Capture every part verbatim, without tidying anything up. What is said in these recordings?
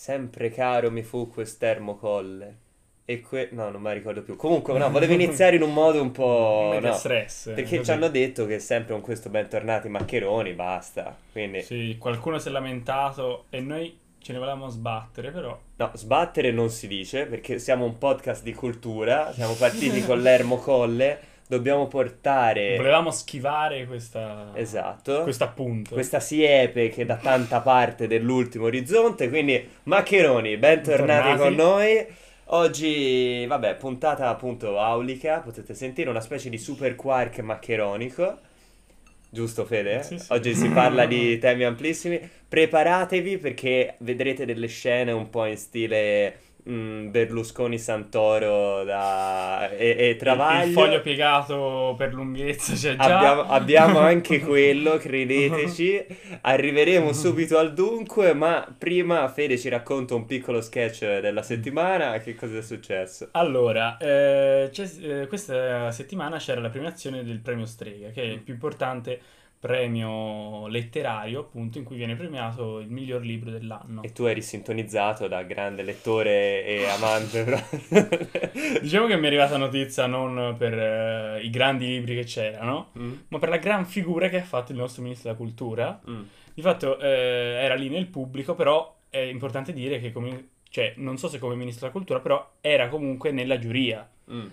sempre caro mi fu quest'ermo colle. E que... no, non me la ricordo più. Comunque, no, volevo iniziare in un modo un po'... Media no, stress. perché così. ci hanno detto che sempre con questo bentornati maccheroni, basta. Quindi, Sì, qualcuno si è lamentato e noi ce ne volevamo sbattere, però... no, sbattere non si dice, perché siamo un podcast di cultura, siamo partiti con l'ermo colle, dobbiamo portare... Volevamo schivare questa... Esatto. questo appunto. Questa siepe che da tanta parte dell'ultimo orizzonte, quindi maccheroni, bentornati Bentornati. con noi. Oggi, vabbè, puntata appunto aulica, potete sentire una specie di super quark maccheronico. Giusto, Fede? Sì, sì. Oggi si parla di temi amplissimi. Preparatevi perché vedrete delle scene un po' in stile mm, Berlusconi Santoro da... e, e Travaglio. Il, il foglio piegato per lunghezza c'è già. Abbiamo, abbiamo anche quello, credeteci. Arriveremo subito al dunque, ma prima Fede ci racconta un piccolo sketch della settimana. Che cosa è successo? Allora, eh, c'è- eh, questa settimana c'era la premiazione del premio Strega, che è il più importante premio letterario, appunto, in cui viene premiato il miglior libro dell'anno. E tu eri sintonizzato da grande lettore e amante. Diciamo che mi è arrivata notizia non per eh, i grandi libri che c'erano, Mm, ma per la gran figura che ha fatto il nostro ministro della cultura. mm. Di fatto eh, era lì nel pubblico, però è importante dire che, come, cioè, non so se come ministro della cultura, però era comunque nella giuria. Mm.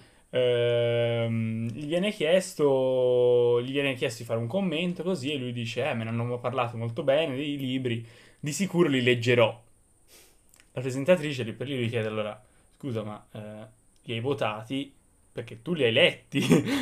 Ehm, gli viene chiesto, gli viene chiesto di fare un commento così e lui dice: Eh, me ne hanno parlato molto bene dei libri, di sicuro li leggerò. La presentatrice lì per lì gli chiede: Allora, scusa, ma eh, li hai votati perché tu li hai letti?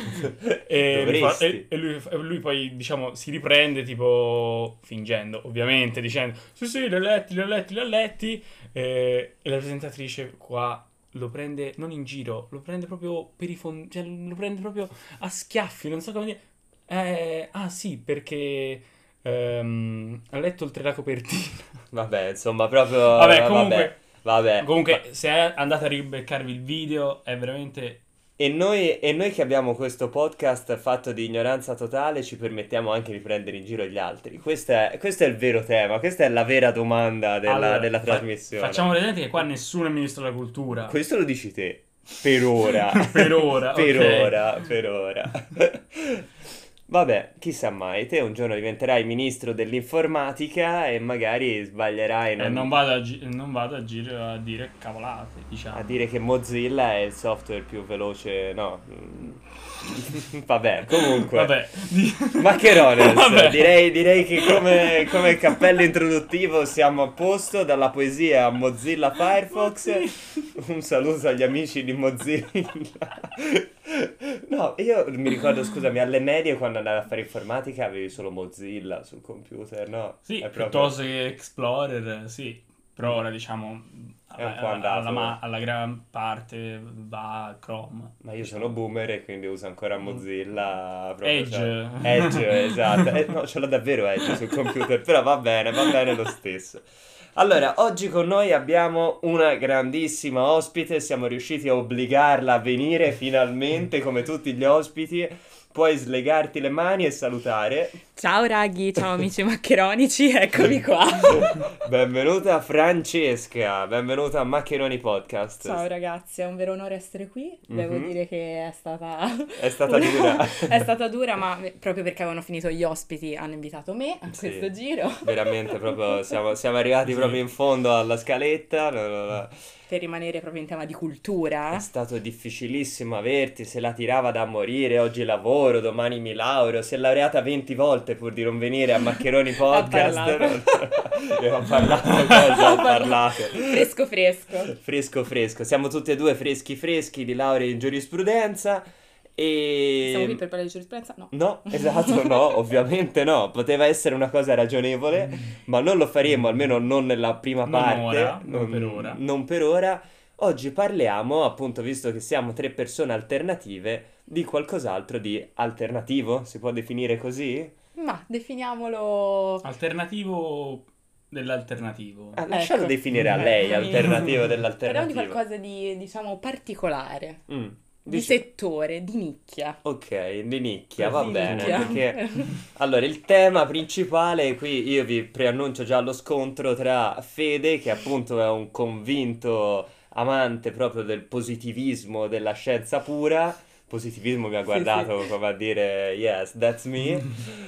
e, lui fa- Dovresti. e- e lui, e lui poi, diciamo, si riprende, tipo, fingendo, ovviamente, dicendo: Sì, sì, li ho letti, li ho letti, li ho letti. E, e la presentatrice qua lo prende non in giro, lo prende proprio per i fondi, cioè lo prende proprio a schiaffi, non so come dire. Eh, ah sì, perché ehm, ha letto oltre la copertina. Vabbè, insomma, proprio... Vabbè, comunque, Vabbè, vabbè. comunque Ma- se andate a ribeccarvi il video è veramente... E noi, e noi che abbiamo questo podcast fatto di ignoranza totale ci permettiamo anche di prendere in giro gli altri. Questo è, questo è il vero tema, questa è la vera domanda della, Allora, della fa- trasmissione. facciamo presente che qua nessuno è ministro della cultura. Questo lo dici te. Per ora. Per ora, Per ok. ora, per ora. Vabbè, chissà mai, te un giorno diventerai ministro dell'informatica e magari sbaglierai E non- non vado, a, gi- non vado a giro a dire cavolate, diciamo. a dire che Mozilla è il software più veloce, no. mm. Vabbè, comunque. Vabbè. Maccherones, Vabbè. direi, direi che come, come cappello introduttivo siamo a posto, dalla poesia a Mozilla Firefox. Un saluto agli amici di Mozilla. No, io mi ricordo, scusami, alle medie quando andavi a fare informatica avevi solo Mozilla sul computer, no? Sì, È proprio- piuttosto che Explorer, sì. Però ora diciamo È un po' alla, andato. alla, ma- alla gran parte va Chrome. Ma io sono boomer e quindi uso ancora Mozilla. proprio, Edge. cioè- Edge, esatto. Eh, no, ce l'ho davvero Edge sul computer, però va bene, va bene lo stesso. Allora, oggi con noi abbiamo una grandissima ospite, siamo riusciti a obbligarla a venire finalmente, come tutti gli ospiti. Puoi slegarti le mani e salutare. Ciao raghi, ciao amici maccheronici, eccomi qua. Benvenuta Francesca, benvenuta a Maccheroni Podcast. Ciao ragazzi, è un vero onore essere qui. Devo Mhm. dire che è stata... È stata una- dura. È stata dura, ma proprio perché avevano finito gli ospiti hanno invitato me a Sì. questo giro. Veramente, proprio siamo, siamo arrivati Sì. proprio in fondo alla scaletta. no, no, no. Per rimanere proprio in tema di È cultura. stato difficilissimo averti, se la tirava da morire, oggi lavoro, domani mi laureo, si è laureata venti volte pur di non venire a Maccheroni Podcast. parlato. Io ho parlato cosa, ho parlato. Fresco fresco. Fresco fresco, siamo tutti e due freschi freschi di laurea in giurisprudenza e... Siamo qui per parlare di giurisprudenza? No. No, esatto, no, ovviamente no, poteva essere una cosa ragionevole, ma non lo faremo, almeno non nella prima Non parte. ora, non per ora. Non per ora. Oggi parliamo, appunto, visto che siamo tre persone alternative, di qualcos'altro di alternativo, si può definire così? Ma definiamolo... Alternativo dell'alternativo. Ah, lascialo Ecco. definire a lei, Eccomi. alternativo Parliamo di dell'alternativo. qualcosa di, diciamo, particolare. Mm. di Dici- settore, di nicchia. Ok, di nicchia, va Di bene, nicchia. perché allora il tema principale qui io vi preannuncio già lo scontro tra Fede, che appunto è un convinto amante proprio del positivismo, della scienza pura, positivismo che ha Sì, guardato sì. come a dire yes, that's me,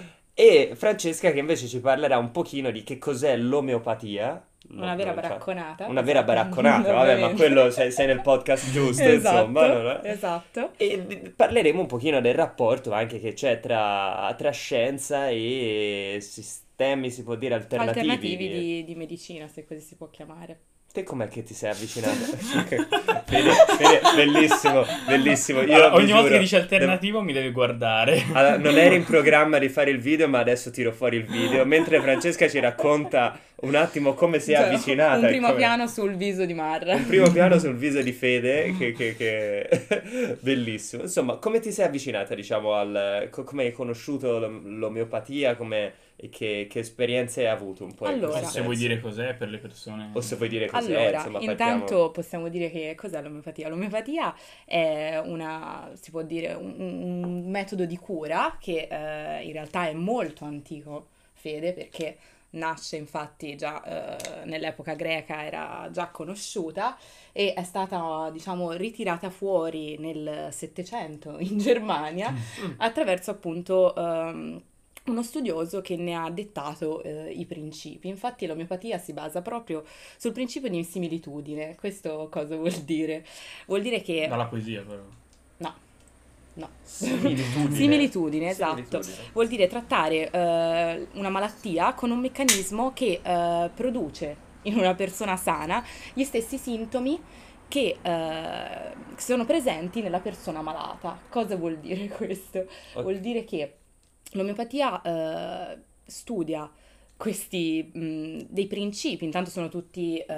e Francesca che invece ci parlerà un pochino di che cos'è l'omeopatia. L'ho Una vera pronunciato. baracconata. Una vera esatto. baracconata, vabbè, ma Ovviamente. quello sei, sei nel podcast giusto, insomma. Esatto, non è- esatto. E d- parleremo un pochino del rapporto anche che c'è tra, tra scienza e sistemi, si può dire, alternativi. Alternativi di, di medicina, se così si può chiamare. Te com'è che ti sei avvicinato? Fede, Fede, bellissimo, bellissimo. Io Allora, vi ogni volta giuro, che dice devo- alternativo mi devi guardare. Allora, non eri in programma di fare il video, ma adesso tiro fuori il video. Mentre Francesca ci racconta un attimo come si è Cioè, avvicinata. Un e primo come- piano sul viso di Marra. Un primo piano sul viso di Fede, che, che, che... bellissimo. Insomma, come ti sei avvicinata, diciamo, al... co- come hai conosciuto l'om- l'omeopatia, come... e che, che esperienze hai avuto un po' in Allora. questo Se vuoi senso? dire cos'è per le persone. O se vuoi dire cos'è, Allora, insomma, intanto partiamo... possiamo dire che cos'è l'omeopatia? L'omeopatia è una, si può dire, un, un metodo di cura che eh, in realtà è molto antico, Fede, perché nasce infatti già eh, nell'epoca greca, era già conosciuta e è stata, diciamo, ritirata fuori nel Settecento in Germania attraverso appunto ehm, uno studioso che ne ha dettato eh, i principi. Infatti l'omeopatia si basa proprio sul principio di similitudine. Questo cosa vuol dire? Vuol dire che... Dalla poesia, però. No, no. Similitudine. Similitudine, esatto. Similitudine. Vuol dire trattare eh, una malattia con un meccanismo che eh, produce in una persona sana gli stessi sintomi che eh, sono presenti nella persona malata. Cosa vuol dire questo? Ok. Vuol dire che l'omeopatia eh, studia questi mh, dei principi, intanto sono tutti eh,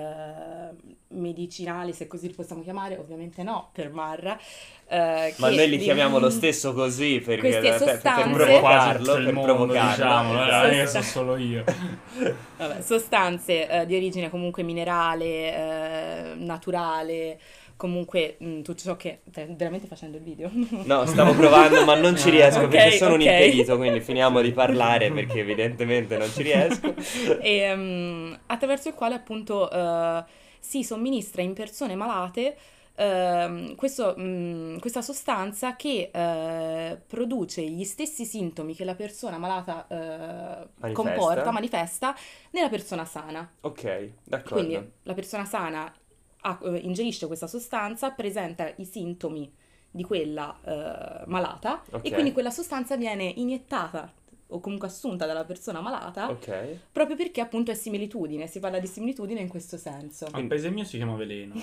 medicinali, se così li possiamo chiamare, ovviamente no, per Marra. eh, Ma che noi li di- chiamiamo lo stesso così perché Queste per, per- per sostanze- provocarlo, tutto il per mondo, provocarlo. diciamo, non Esatto. è che so solo io. Vabbè, sostanze eh, di origine comunque minerale, eh, naturale, comunque mh, tutto ciò che... Stai veramente facendo il video? No, stavo provando, ma non ci riesco Ok, perché sono un ok. impedito, quindi finiamo di parlare perché evidentemente non ci riesco. e, mm, attraverso il quale appunto eh, si somministra in persone malate ehm, questo, mm, questa sostanza che eh, produce gli stessi sintomi che la persona malata eh, Manifesta. comporta, manifesta nella persona sana. Ok, d'accordo. Quindi la persona sana ha- eh, ingerisce questa sostanza, presenta i sintomi di quella eh, malata Ok. e quindi quella sostanza viene iniettata o comunque assunta dalla persona malata Ok. proprio perché appunto è similitudine, si parla di similitudine in questo senso. Al paese mio si chiama veleno.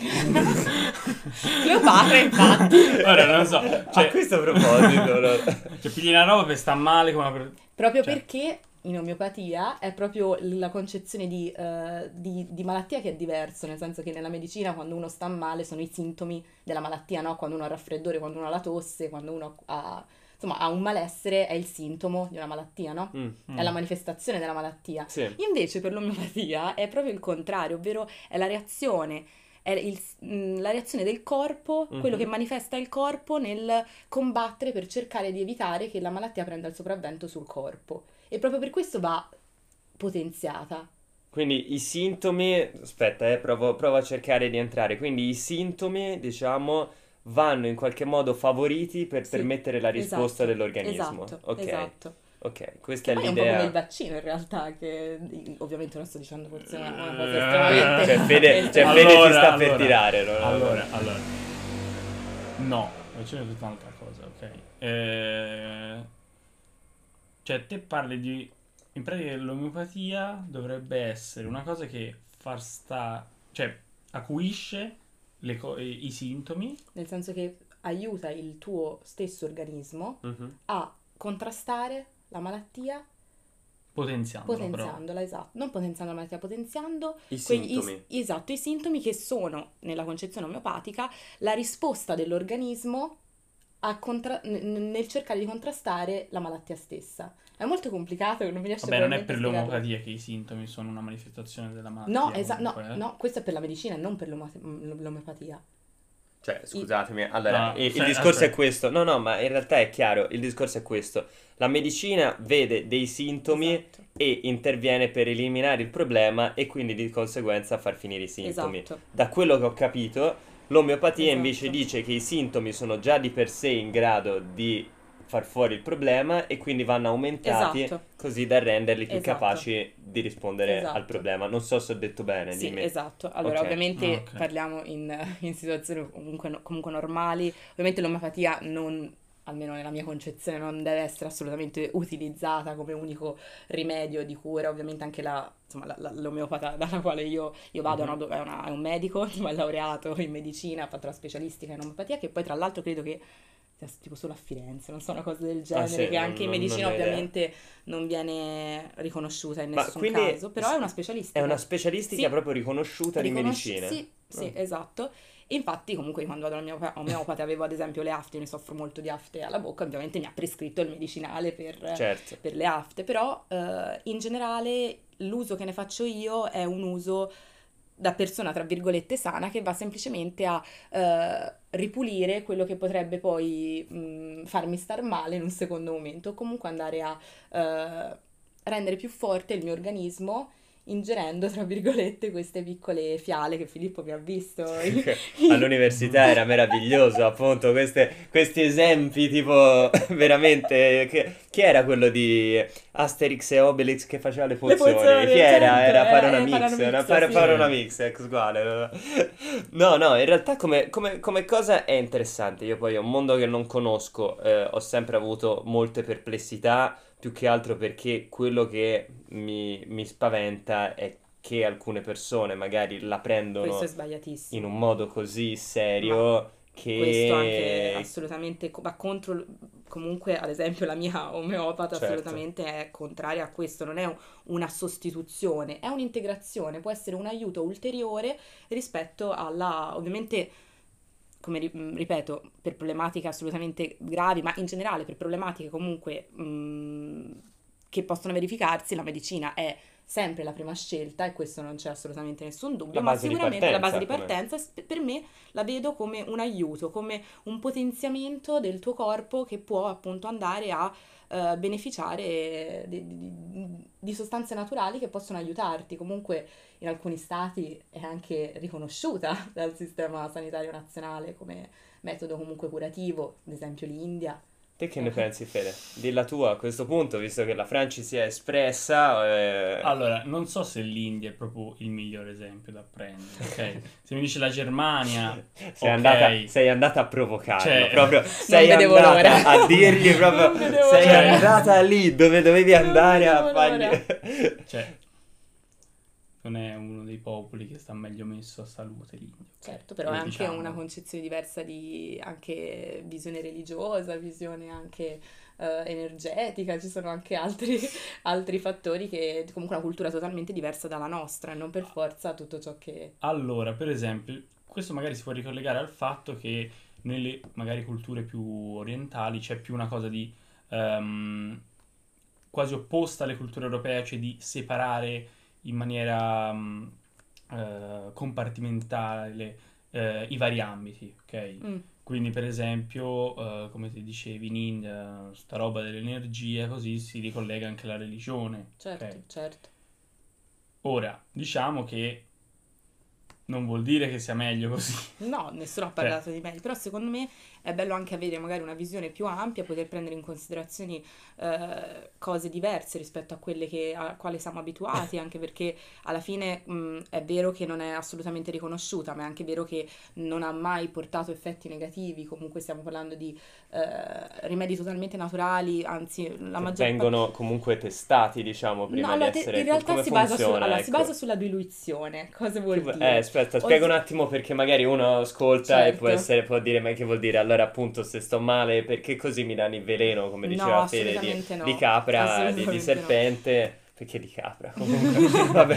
Cleopatra infatti. Ora non lo so. A Cioè, questo proposito, no? cioè pigli una roba per sta male come per... Proprio Cioè. perché in omeopatia è proprio la concezione di, eh, di- di malattia che è diverso, nel senso che nella medicina quando uno sta male sono i sintomi della malattia, no? Quando uno ha raffreddore, quando uno ha la tosse, quando uno ha, insomma, ha un malessere è il sintomo di una malattia, no? Mm, È la manifestazione della malattia. sì. Invece per l'omeopatia è proprio il contrario, ovvero è la reazione, è il- mh, la reazione del corpo, quello Mhm. che manifesta il corpo nel combattere per cercare di evitare che la malattia prenda il sopravvento sul corpo. E proprio per questo va potenziata. Quindi i sintomi, aspetta, eh, provo, provo a cercare di entrare. Quindi i sintomi, diciamo, vanno in qualche modo favoriti per Sì, permettere la risposta esatto, dell'organismo. Esatto, Ok, esatto. ok, questa Che è poi è un po' come il l'idea. vaccino in realtà, che ovviamente non sto dicendo forse una, una cosa Eh, estremamente... Cioè, Fede, cioè, Allora, Fede ti sta per allora, tirare. no? Allora, allora. No, invece è tutta un'altra cosa, ok? Eh, Cioè, te parli di... In pratica l'omeopatia dovrebbe essere una cosa che fa sta... Cioè, acuisce le co- i, i sintomi. Nel senso che aiuta il tuo stesso organismo Mhm. a contrastare la malattia Potenziandola, però. potenziandola, esatto. Non potenziando la malattia, potenziando I quegli- sintomi. i- esatto, i sintomi che sono, nella concezione omeopatica, la risposta dell'organismo a contra- n- nel cercare di contrastare la malattia stessa. È molto complicato, non mi riesce Vabbè, non è probabilmente per a spiegarlo. l'omeopatia che i sintomi sono una manifestazione della malattia. No, esatto, no, comunque, eh. no, questo è per la medicina e non per l'ome- l'omeopatia. Cioè, scusatemi, allora, No, il, il se- discorso aspetta. è questo. No, no, ma in realtà è chiaro, il discorso è questo. La medicina vede dei sintomi Esatto. e interviene per eliminare il problema e quindi di conseguenza far finire i sintomi. Esatto. Da quello che ho capito, l'omeopatia Esatto. invece dice che i sintomi sono già di per sé in grado di far fuori il problema e quindi vanno aumentati Esatto. così da renderli più Esatto. capaci di rispondere al Esatto. problema. Non so se ho detto bene, Sì, dimmi. esatto. Allora, Ok. ovviamente Ah, ok. parliamo in, in situazioni comunque, no- comunque normali. Ovviamente l'omeopatia non, almeno nella mia concezione, non deve essere assolutamente utilizzata come unico rimedio di cura. Ovviamente anche la, insomma, la- la- l'omeopata dalla quale io, io vado è, una- è una- è un medico, insomma, è laureato in medicina, ha fatto la specialistica in omeopatia, che poi tra l'altro credo che sia tipo solo a Firenze, non so, una cosa del genere, sì, che non- anche in non- medicina non ho idea. ovviamente non viene riconosciuta in Ma nessun quindi caso, però è una specialistica. È una specialistica Sì. proprio riconosciuta Riconosci- di medicina. Sì, sì, Ah. esatto. E infatti comunque quando vado all'omeopa- omeopata avevo ad esempio le afte, io ne soffro molto di afte alla bocca, ovviamente mi ha prescritto il medicinale per, Certo. per le afte, però eh, in generale l'uso che ne faccio io è un uso da persona tra virgolette sana che va semplicemente a eh, ripulire quello che potrebbe poi mh, farmi star male in un secondo momento, o comunque andare a eh, rendere più forte il mio organismo ingerendo tra virgolette queste piccole fiale che Filippo mi ha visto in- All'università era meraviglioso, appunto, queste- questi esempi, tipo, veramente, che- chi era quello di Asterix e Obelix che faceva le pozioni? pozioni, Chi era? certo, Era era- Paronamix, era Paronamix, era Par- sì. Paronamix, ecco, uguale. No, no, in realtà come, come- come cosa è interessante, io poi è un mondo che non conosco, eh, ho sempre avuto molte perplessità, più che altro perché quello che mi, mi spaventa è che alcune persone magari la prendono Questo è sbagliatissimo. in un modo così serio che... Questo anche assolutamente co- va contro, l- comunque ad esempio la mia omeopata Certo. assolutamente è contraria a questo, non è un- una sostituzione, è un'integrazione, può essere un aiuto ulteriore rispetto alla, ovviamente, come ri- mh, ripeto, per problematiche assolutamente gravi, ma in generale per problematiche comunque mh, che possono verificarsi, la medicina è sempre la prima scelta e questo non c'è assolutamente nessun dubbio, La ma base di sicuramente la base di partenza, come- partenza s- per me la vedo come un aiuto, come un potenziamento del tuo corpo che può appunto andare a eh, beneficiare di, di- di sostanze naturali che possono aiutarti. Comunque in alcuni stati è anche riconosciuta dal sistema sanitario nazionale come metodo comunque curativo, ad esempio l'India. Te che ne pensi, Fede? Dilla tua a questo punto, visto che la Franci si è espressa. eh, Allora, non so se l'India è proprio il miglior esempio da prendere, ok? Se mi dici la Germania, sei, ok. andata, sei andata a provocarlo, Cioè, proprio sei vedevo andata l'ora. a dirgli proprio, Non vedevo sei l'ora. andata lì dove dovevi Non andare a vedevo fargli... l'ora. Cioè, non è uno dei popoli che sta meglio messo a salute l'India. ok? Certo, però è Quindi, anche diciamo, una concezione diversa di anche visione religiosa, visione anche eh, energetica, ci sono anche altri, altri fattori che comunque una cultura totalmente diversa dalla nostra e non per forza tutto ciò che... Allora, per esempio, questo magari si può ricollegare al fatto che nelle magari culture più orientali c'è più una cosa di ehm, quasi opposta alle culture europee, cioè di separare in maniera mm, eh, compartimentale eh, i vari ambiti, ok? Mm, Quindi, per esempio, eh, come ti dicevi in India, sta roba dell'energia, così si ricollega anche alla religione, certo, ok? certo. Ora, diciamo che non vuol dire che sia meglio così. No, nessuno ha parlato di meglio, però secondo me è bello anche avere magari una visione più ampia, poter prendere in considerazione eh, cose diverse rispetto a quelle che, a quale siamo abituati, anche perché alla fine mh, è vero che non è assolutamente riconosciuta, ma è anche vero che non ha mai portato effetti negativi, comunque stiamo parlando di eh, rimedi totalmente naturali, anzi la Che maggior vengono comunque testati, diciamo, prima No, allora, di te- essere... in realtà come si basa, su- funziona, allora, si ecco? basa sulla diluizione. Cosa vuol Che vu- dire? Eh, aspetta, spiega un attimo perché magari uno ascolta e può Certo. essere, può dire, ma che vuol dire? Allora, appunto, se sto male, perché così mi danno il veleno, come No, diceva Fede, di, assolutamente no. di capra, di, di Assolutamente no. serpente. Perché di capra, comunque. Vabbè,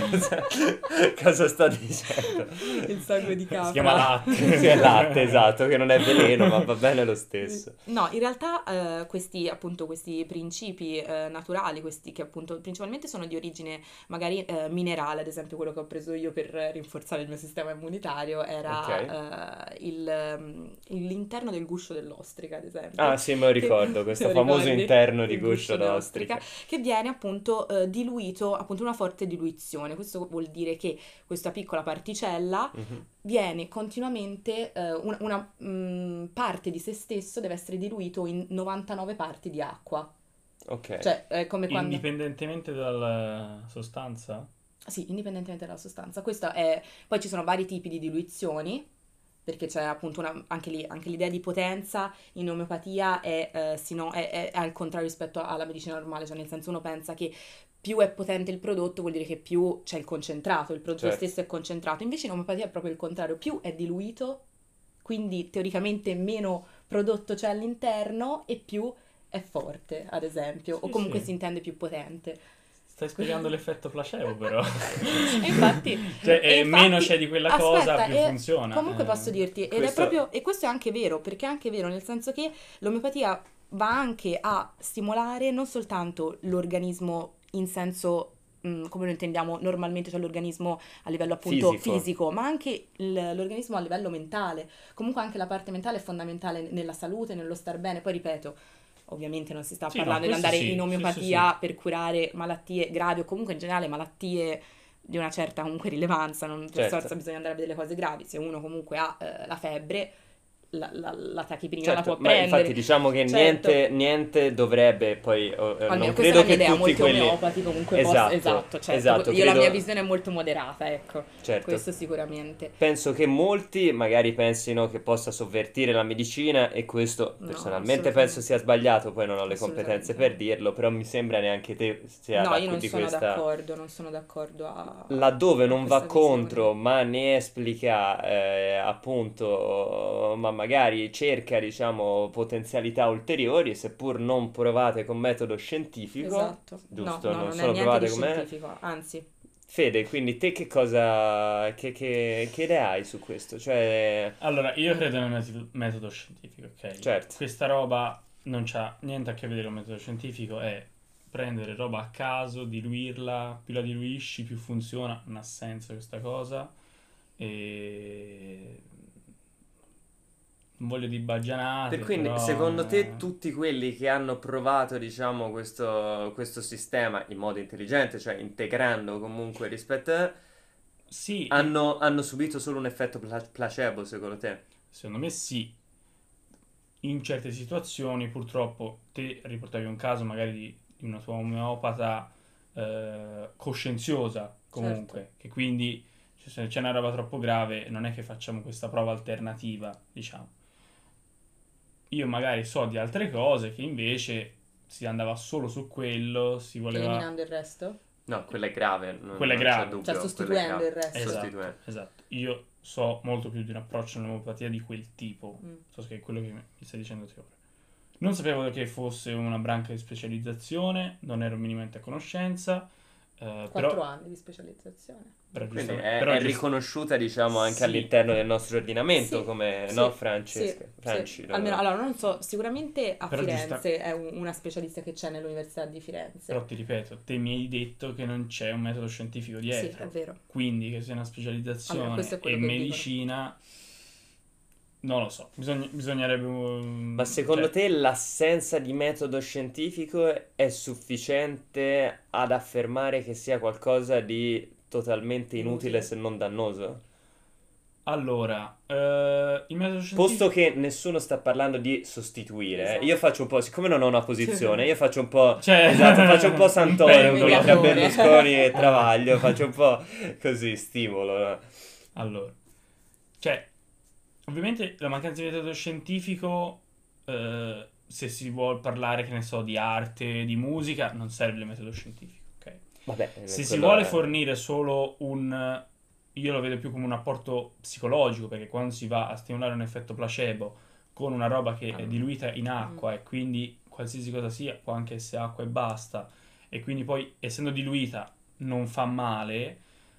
cosa sto dicendo? Il sangue di capra. Si chiama latte. Sì, è latte, esatto, che non è veleno, ma va bene lo stesso. No, in realtà eh, questi appunto questi principi eh, naturali, questi che appunto principalmente sono di origine magari eh, minerale, ad esempio quello che ho preso io per rinforzare il mio sistema immunitario era eh, il, um, l'interno del guscio dell'ostrica, ad esempio. Ah sì, me lo ricordo, Che- questo te lo famoso ricordi? interno di Il guscio d'ostrica. che viene appunto eh, diluito, appunto una forte diluizione. Questo vuol dire che questa piccola particella Mhm. viene continuamente, eh, una, una, mh, parte di se stesso deve essere diluito in novantanove parti di acqua. Ok. Cioè, è come quando... Indipendentemente dalla sostanza? Sì, indipendentemente dalla sostanza. Questo è... Poi ci sono vari tipi di diluizioni, perché c'è appunto una... anche lì, anche l'idea di potenza in omeopatia è, eh, sino- è, è- è al contrario rispetto alla medicina normale, cioè nel senso uno pensa che più è potente il prodotto vuol dire che più c'è il concentrato, il prodotto Certo. stesso è concentrato. Invece in omeopatia è proprio il contrario, più è diluito, quindi teoricamente meno prodotto c'è all'interno e più è forte, ad esempio, o Sì, comunque sì. si intende più potente. Stai spiegando l'effetto placebo, però. E infatti, Cioè, e eh, infatti- meno c'è di quella cosa, aspetta, più e funziona. Comunque Eh, posso dirti, ed è questo- proprio, e questo è anche vero, perché è anche vero, nel senso che l'omeopatia va anche a stimolare non soltanto l'organismo in senso, mh, come lo intendiamo normalmente, cioè l'organismo a livello appunto Fisico. fisico, ma anche l- l'organismo a livello mentale. Comunque anche la parte mentale è fondamentale nella salute, nello star bene. Poi ripeto, ovviamente non si sta Sì, no, parlando di questo andare sì, in sì, omeopatia sì, per curare malattie gravi o comunque in generale malattie di una certa comunque rilevanza, non per Certo. forza bisogna andare a vedere le cose gravi. Se uno comunque ha eh, la febbre, la, la, la tachipirina la Certo, può ma prendere. infatti diciamo che Certo. niente, niente dovrebbe poi, oh, eh, Almeno non questa credo è la mia che idea, tutti molti quelli... omeopati comunque Esatto, possono... Esatto, certo. esatto, Io la credo- mia visione è molto moderata, ecco, Certo. questo sicuramente. Penso che molti magari pensino che possa sovvertire la medicina e questo No, personalmente assolutamente. penso sia sbagliato, poi non ho le competenze Assolutamente. per dirlo, però mi sembra neanche te sia No, da- io non di sono questa... d'accordo, non sono d'accordo a... Laddove a non va questa visione. contro, ma ne esplica eh, appunto, ma magari cerca, diciamo, potenzialità ulteriori, seppur non provate con metodo scientifico. Esatto. Giusto, No, no, non non sono è niente provate di come- scientifico, anzi. Fede, quindi te che cosa, che, che, che idea hai su questo? Cioè, Allora, io credo nel metodo, metodo scientifico, ok? Certo. Questa roba non c'ha niente a che vedere con il metodo scientifico, è prendere roba a caso, diluirla, più la diluisci, più funziona, non ha senso questa cosa. E... non voglio di baggianate, per quindi però, secondo te eh, tutti quelli che hanno provato, diciamo, questo, questo sistema in modo intelligente, cioè integrando comunque rispetto a... sì, Hanno, hanno subito solo un effetto pla- placebo, secondo te? secondo me sì. In certe situazioni, purtroppo, te riportavi un caso magari di, di una tua omeopata eh, coscienziosa, comunque, Certo. che quindi cioè, se c'è una roba troppo grave, non è che facciamo questa prova alternativa, diciamo. Io magari so di altre cose che invece si andava solo su quello, si voleva... Eliminando il resto? No, quella è grave. Non, Quella è non grave. c'è dubbio, Cioè quella è sostituendo grave. il resto. Esatto, Sostituendo. esatto. Io so molto più di un approccio all'omeopatia di quel tipo. Mm. So che è quello che mi stai dicendo te ora. Non sapevo che fosse una branca di specializzazione, non ero minimamente a conoscenza. eh, Quattro però, anni di specializzazione. però Quindi giusto- è, però è giusto- riconosciuta, diciamo, anche Sì. all'interno del nostro ordinamento, Sì, come, sì, no, sì, Francesca? sì. Franci, no? Almeno, allora, non so, sicuramente a Però Firenze è un- una specialista che c'è nell'Università di Firenze. però ti ripeto, te mi hai detto che non c'è un metodo scientifico Sì, dietro. è vero. Quindi che sia una specializzazione Allora, questo è quello e che medicina, non lo so. Bisogna- bisognerebbe... um, Ma secondo cioè, te l'assenza di metodo scientifico è sufficiente ad affermare che sia qualcosa di totalmente inutile Inutile. se non dannoso? Allora, eh, il metodo scientifico... Posto che nessuno sta parlando di sostituire, eh, Esatto. io faccio un po', siccome non ho una posizione, io faccio un po', Cioè- esatto, faccio un po' Santoro, Un quello tra mediatore. Berlusconi e Travaglio, faccio un po' così, stimolo, no? Allora, cioè, ovviamente la mancanza di metodo scientifico, eh, se si vuole parlare, che ne so, di arte, di musica, non serve il metodo scientifico, ok? Vabbè, Se si quello vuole è- fornire solo un... io lo vedo più come un apporto psicologico, perché quando si va a stimolare un effetto placebo con una roba che Ah. è diluita in acqua Mm. e quindi qualsiasi cosa sia, può anche essere acqua e basta, e quindi poi essendo diluita non fa male,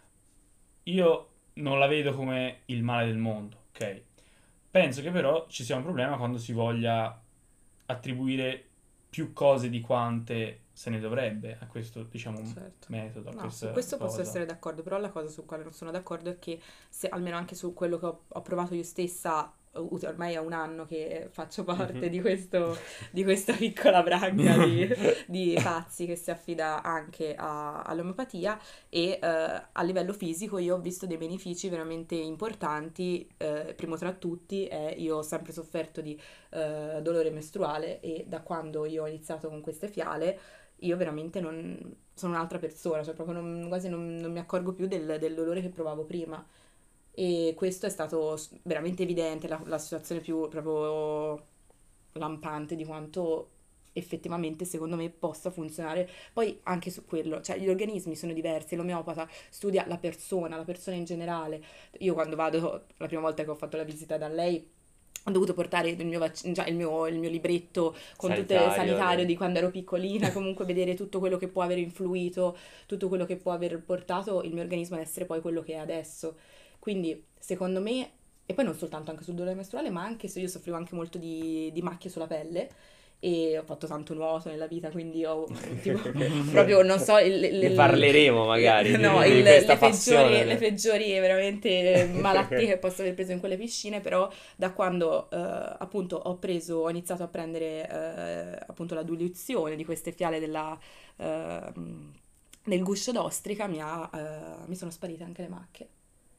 io non la vedo come il male del mondo, ok? Penso che però ci sia un problema quando si voglia attribuire più cose di quante se ne dovrebbe a questo, diciamo, Certo. metodo, a No, questa su questo posso cosa. essere d'accordo, però la cosa su quale non sono d'accordo è che se almeno anche su quello che ho, ho provato io stessa, uh, ormai è un anno che faccio parte Mhm. di questo, di questa piccola branca di, di pazzi che si affida anche a- all'omeopatia e eh, a livello fisico io ho visto dei benefici veramente importanti, eh, primo tra tutti è io ho sempre sofferto di eh, dolore mestruale e da quando io ho iniziato con queste fiale io veramente non sono un'altra persona, cioè proprio non- quasi non, non mi accorgo più del, del dolore che provavo prima. E questo è stato s- veramente evidente, la, la situazione più proprio lampante di quanto effettivamente secondo me possa funzionare. Poi anche su quello, cioè gli organismi sono diversi, l'omeopata studia la persona, la persona in generale. Io quando vado, la prima volta che ho fatto la visita da lei, ho dovuto portare il mio, vac- già il mio, il mio libretto con tutto il Sanitario, sanitario eh. di quando ero piccolina, comunque vedere tutto quello che può aver influito, tutto quello che può aver portato il mio organismo ad essere poi quello che è adesso. Quindi, secondo me, e poi non soltanto anche sul dolore mestruale, ma anche se io soffrivo anche molto di, di macchie sulla pelle e ho fatto tanto nuoto nella vita, quindi ho mm, tipo proprio non so il, il- Ne il- parleremo magari il- di, no, di- di il- questa le peggiori, passione. le peggiori veramente malattie che posso aver preso in quelle piscine, però da quando eh, appunto ho preso, ho iniziato a prendere eh, appunto la diluizione di queste fiale della, ehm, del guscio d'ostrica mi, ha, eh, mi sono sparite anche le macchie.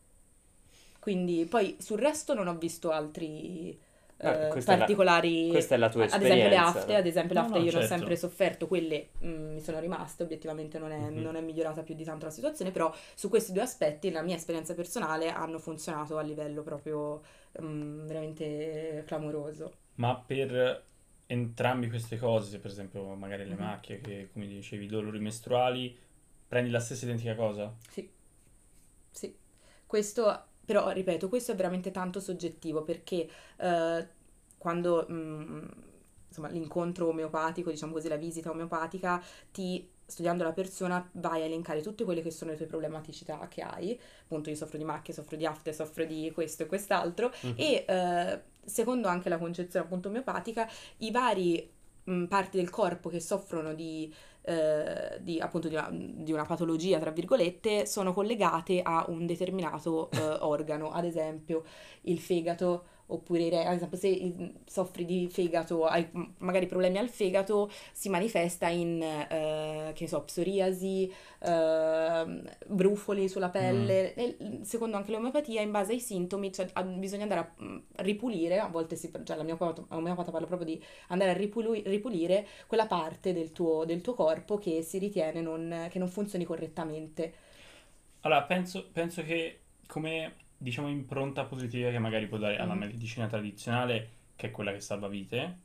Quindi poi sul resto non ho visto altri Ah, eh, questa è la, particolari, questa è la tua ad esempio le esperienza, afte, no? ad esempio le No, afte no, io ne ho certo. sempre sofferto, quelle mm, mi sono rimaste, obiettivamente non è, Mhm. non è migliorata più di tanto la situazione, però su questi due aspetti la mia esperienza personale hanno funzionato a livello proprio mm, veramente clamoroso. Ma per entrambi queste cose, se per esempio magari le Mhm. macchie, che come dicevi, i dolori mestruali, prendi la stessa identica cosa? Sì, sì. Questo, però, ripeto, questo è veramente tanto soggettivo perché eh, quando, mm, insomma, l'incontro omeopatico, diciamo così, la visita omeopatica, ti, studiando la persona, vai a elencare tutte quelle che sono le tue problematicità che hai. Appunto, io soffro di macchie, soffro di afte, soffro di questo e quest'altro. Mhm. E eh, secondo anche la concezione appunto omeopatica, i vari mh, parti del corpo che soffrono di eh, di, appunto di una, di una patologia, tra virgolette, sono collegate a un determinato eh, organo, ad esempio il fegato, oppure i re- ad esempio se il- soffri di fegato, hai m- magari problemi al fegato, si manifesta in, eh, che ne so, psoriasi, ehm, brufoli sulla Mm. pelle. E, secondo anche l'omeopatia, in base ai sintomi, cioè, a- bisogna andare a mm, ripulire, a volte si, cioè, la mia omeopata parla proprio di andare a ripulu- ripulire quella parte del tuo, del tuo corpo che si ritiene non, che non funzioni correttamente. Allora, penso, penso che come, diciamo, impronta positiva che magari può dare alla Mhm. medicina tradizionale, che è quella che salva vite.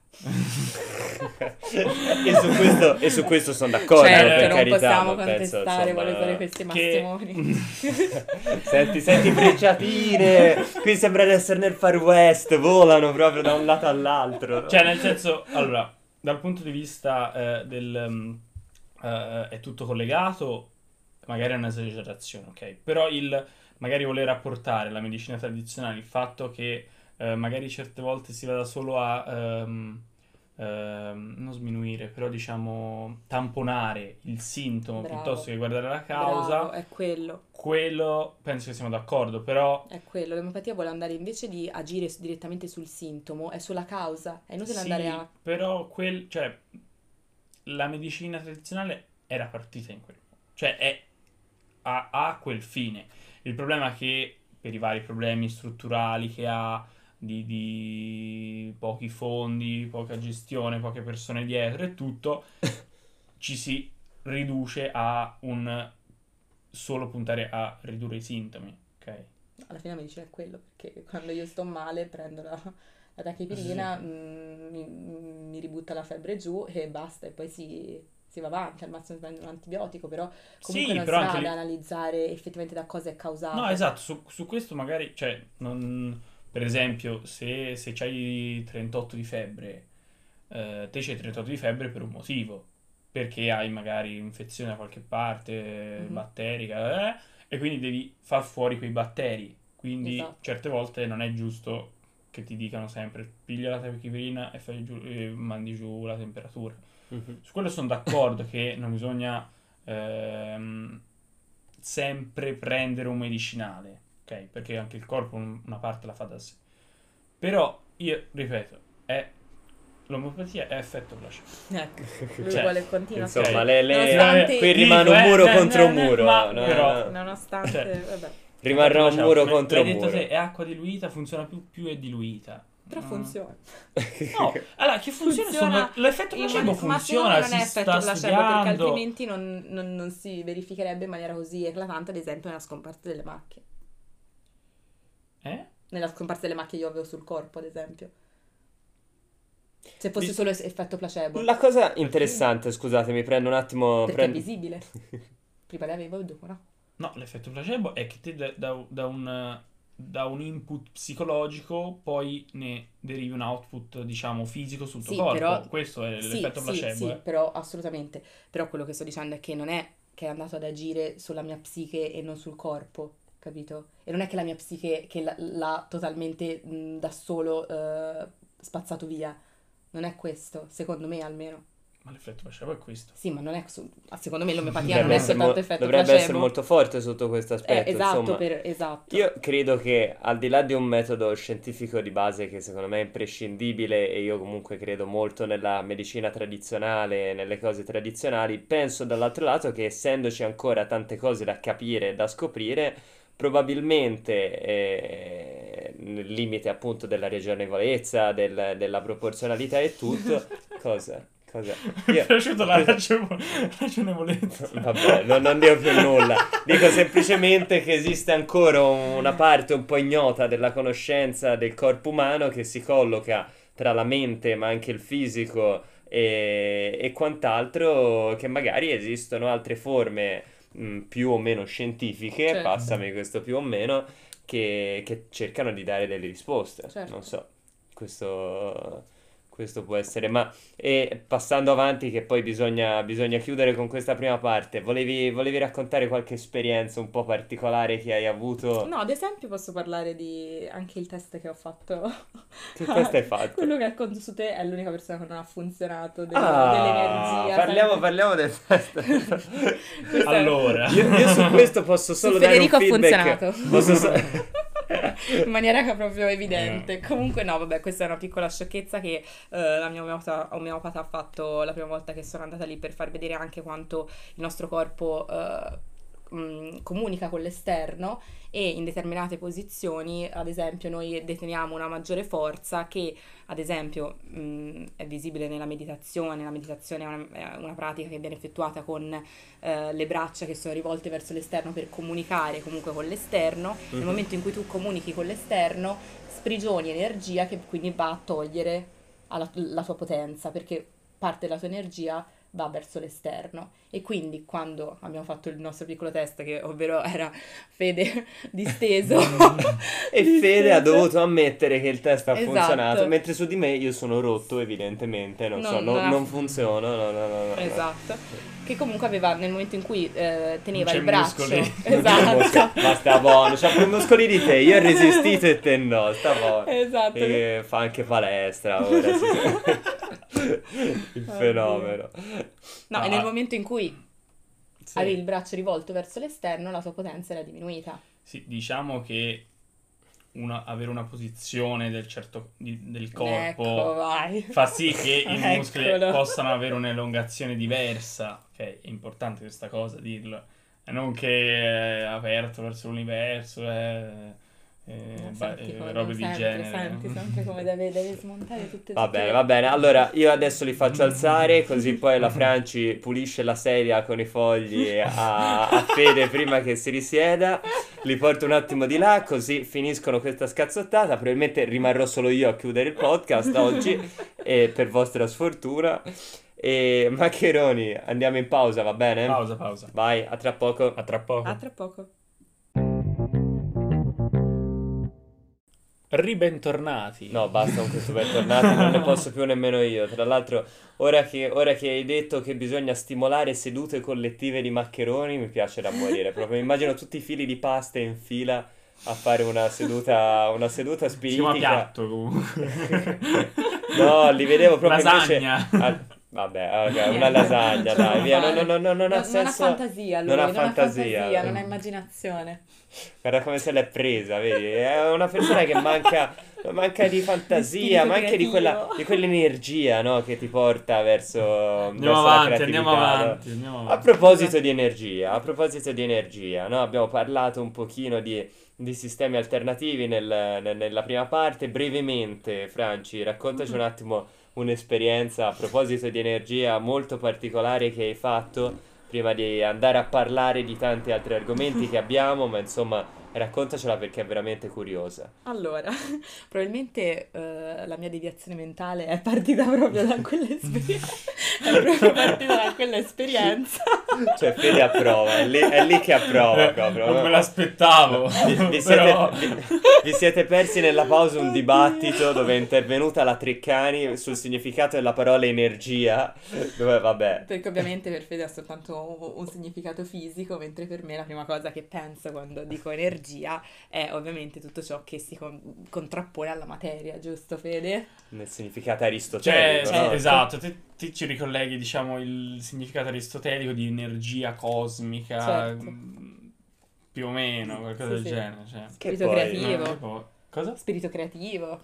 e, su questo, e su questo sono d'accordo, Certo, per non carità, possiamo ma penso, contestare, insomma, voglio usare questi che- massimoni. Senti, senti frecciatine, qui sembra di essere nel Far West, volano proprio da un lato all'altro. Cioè, nel senso, allora, dal punto di vista eh, del... mm, eh, è tutto collegato, magari è un'esagerazione, ok? Però il magari voler apportare alla medicina tradizionale il fatto che eh, magari certe volte si vada solo a... ehm, ehm, non sminuire, però diciamo tamponare il sintomo Bravo. piuttosto che guardare la Bravo, causa, è quello, quello penso che siamo d'accordo, però è quello. L'omeopatia vuole andare invece di agire s- direttamente sul sintomo, è sulla causa, è inutile sì, andare a... però quel, cioè, la medicina tradizionale era partita in quel modo, cioè è, ha, ha quel fine. Il problema è che per i vari problemi strutturali che ha, di, di pochi fondi, poca gestione, poche persone dietro e tutto, ci si riduce a un solo puntare a ridurre i sintomi, ok? Alla fine la medicina è quello, perché quando io sto male prendo la, la tachipirina, mm, mi, mi ributta la febbre giù e basta, e poi si, si va avanti, al massimo si prende un antibiotico, però comunque Sì, non però si va anche ad lì... analizzare effettivamente da cosa è causato. No, esatto, su, su questo magari, cioè, non... per esempio, se, se c'hai trentotto di febbre, eh, te c'hai trentotto di febbre per un motivo. perché hai magari infezione da qualche parte, Mhm. batterica, eh, e quindi devi far fuori quei batteri. Quindi Esatto. certe volte non è giusto che ti dicano sempre piglia la tachipirina e fai giù, e mandi giù la temperatura. Mhm. Su quello sono d'accordo che non bisogna ehm, sempre prendere un medicinale, ok? Perché anche il corpo un- una parte la fa da sé. Però io ripeto, è l'omeopatia è effetto placebo. Ecco, lui Cioè, vuole continuare. Insomma, Ok. le, le- Nonostante- qui Dico, rimane un eh, muro eh, contro eh, un eh, muro. ma no, però- no. Nonostante, Cioè, vabbè. Rimarrà un Effetto muro placebo. contro L'hai un detto muro. te, è acqua diluita, funziona più, più è diluita. Però Mm. funziona. No, allora che funziona? Funziona sono- l'effetto in placebo mani- ma secondo funziona, me non si è effetto sta placebo perché studiando. altrimenti non, non- non si verificherebbe in maniera così eclatante, ad esempio nella scomparsa delle macchie. Eh? Nella scomparsa delle macchie io avevo sul corpo, ad esempio. Se fosse Vi- solo es- effetto placebo. La cosa interessante, scusate, mi prendo un attimo. Perché prendo- è visibile. Prima le avevo e dopo no. No, l'effetto placebo è che te da, da- da un, da un input psicologico poi ne derivi un output, diciamo, fisico sul tuo Sì, corpo. però- Questo è Sì, l'effetto sì, placebo. sì, eh. però assolutamente. Però quello che sto dicendo è che non è che è andato ad agire sulla mia psiche e non sul corpo, capito? E non è che la mia psiche che l'ha, l'ha totalmente mh, da solo eh, spazzato via. Non è questo, secondo me almeno. Ma l'effetto placebo è questo. Sì, ma non è su- secondo me l'omeopatia Dovrebbe non è essere soltanto mo- effetto dovrebbe placebo. essere molto forte sotto questo Eh, aspetto. esatto, insomma. per, esatto. Io credo che al di là di un metodo scientifico di base che secondo me è imprescindibile e io comunque credo molto nella medicina tradizionale, nelle cose tradizionali, penso dall'altro lato che essendoci ancora tante cose da capire e da scoprire, probabilmente eh, nel limite appunto della ragionevolezza, del- della proporzionalità e tutto, cosa? Cosa? Mi Io- è piaciuta la ragionevo- ragionevolezza. Vabbè, non, non dico più nulla. Dico semplicemente che esiste ancora una parte un po' ignota della conoscenza del corpo umano che si colloca tra la mente, ma anche il fisico e, e quant'altro, che magari esistono altre forme mh, più o meno scientifiche, Certo. passami questo più o meno, che, che cercano di dare delle risposte. Certo. Non so, questo... Questo può essere, ma e passando avanti che poi bisogna, bisogna chiudere con questa prima parte, volevi, volevi raccontare qualche esperienza un po' particolare che hai avuto? No, ad esempio posso parlare di anche il test che ho fatto. Che test hai fatto? Quello che racconto su te è l'unica persona che non ha funzionato del- Ah, dell'energia. parliamo, sai? parliamo del test. Questo è- Allora, Io, io su questo posso Su solo dare un Federico ha feedback. funzionato. Posso so- In maniera che proprio evidente. Comunque no, vabbè, questa è una piccola sciocchezza che eh, la mia omeopata, omeopata ha fatto la prima volta che sono andata lì per far vedere anche quanto il nostro corpo eh, mh, comunica con l'esterno e in determinate posizioni, ad esempio, noi deteniamo una maggiore forza che, ad esempio, mh, è visibile nella meditazione. La meditazione è una, è una pratica che viene effettuata con eh, le braccia che sono rivolte verso l'esterno per comunicare comunque con l'esterno. Nel Mhm. momento in cui tu comunichi con l'esterno, sprigioni energia che quindi va a togliere alla- la tua potenza, perché parte della tua energia va verso l'esterno. E quindi quando abbiamo fatto il nostro piccolo test, che ovvero era Fede disteso, E Fede ha disteso, dovuto ammettere che il test ha Esatto. funzionato, mentre su di me io sono rotto evidentemente, non so, Non- no- non ha- non funziona, no, no, no, no, no. esatto, che comunque aveva nel momento in cui eh, teneva c'è il braccio, muscoli. Non c'è muscolo. esatto, Ma sta buono, c'ha più muscoli di te, io ho resistito e te no, sta buono. esatto, E fa anche palestra ora, sì. Il fenomeno. no, e Ah. nel momento in cui sì. avevi il braccio rivolto verso l'esterno, la tua potenza era diminuita. Sì, diciamo che una- avere una posizione del, certo, di- del corpo Ecco, vai. fa sì che i muscoli Eccolo. possano avere un'elongazione diversa. Ok, è importante questa cosa dirlo. E non che è aperto verso l'universo, è, è, No, ba- senti è come- robe di sempre, genere. Senti sempre come deve, deve smontare tutte Va tutte bene, le- va bene. Allora, io adesso li faccio alzare, così poi la Franci pulisce la sedia con i fogli a, a Fede prima che si risieda. Li porto un attimo di là, così finiscono questa scazzottata. Probabilmente rimarrò solo io a chiudere il podcast oggi, e per vostra sfortuna. E Maccheroni, andiamo in pausa, va bene? Pausa, pausa. Vai, a tra poco. A tra poco. A tra poco. ribentornati. No, basta con questo bentornati, non ne posso più nemmeno io. Tra l'altro, ora che, ora che hai detto che bisogna stimolare sedute collettive di maccheroni, mi piace da morire. Proprio mi immagino tutti i fili di pasta in fila a fare una seduta, una seduta Si chiama spiritica. piatto comunque. No, li vedevo proprio Lasagna. invece... ah, vabbè, ok, una Niente, lasagna, non ce la dai, può via. No, fare. no, no, no, non ha Non, non ha senso. fantasia lui, Non ha non ha fantasia. fantasia, non ha immaginazione. Guarda come se l'è presa, vedi? È una persona che manca, manca di fantasia, spirito ma anche di quella, creativo. di quell'energia, no? Che ti porta verso, Andiamo verso la avanti, andiamo creatività, no? avanti, andiamo A avanti. proposito di energia, a proposito di energia, no? Abbiamo parlato un pochino di, di sistemi alternativi nel- nel- nella prima parte. Brevemente, Franci, raccontaci un attimo un'esperienza a proposito di energia molto particolare che hai fatto prima di andare a parlare di tanti altri argomenti che abbiamo, ma insomma, raccontacela perché è veramente curiosa. Allora, probabilmente eh, la mia deviazione mentale è partita proprio da quell'esperienza. È proprio partita da quell'esperienza. Cioè, Fede approva, è lì, è lì che approva Eh, proprio. non me l'aspettavo. Vi, vi Però... siete, vi- vi siete persi nella pausa un dibattito dove è intervenuta la Treccani sul significato della parola energia, dove vabbè, Perché ovviamente per Fede ha soltanto un, un significato fisico, mentre per me la prima cosa che penso quando dico energia è ovviamente tutto ciò che si con- contrappone alla materia, giusto Fede? nel significato Cioè, aristotelico, certo. no? esatto, te, te ci ricolleghi, diciamo, il significato aristotelico di energia cosmica, Certo. mh, più o meno, qualcosa Sì, del sì. genere, cioè. Che Spirito poi- creativo. Eh, poi- Cosa? Spirito creativo.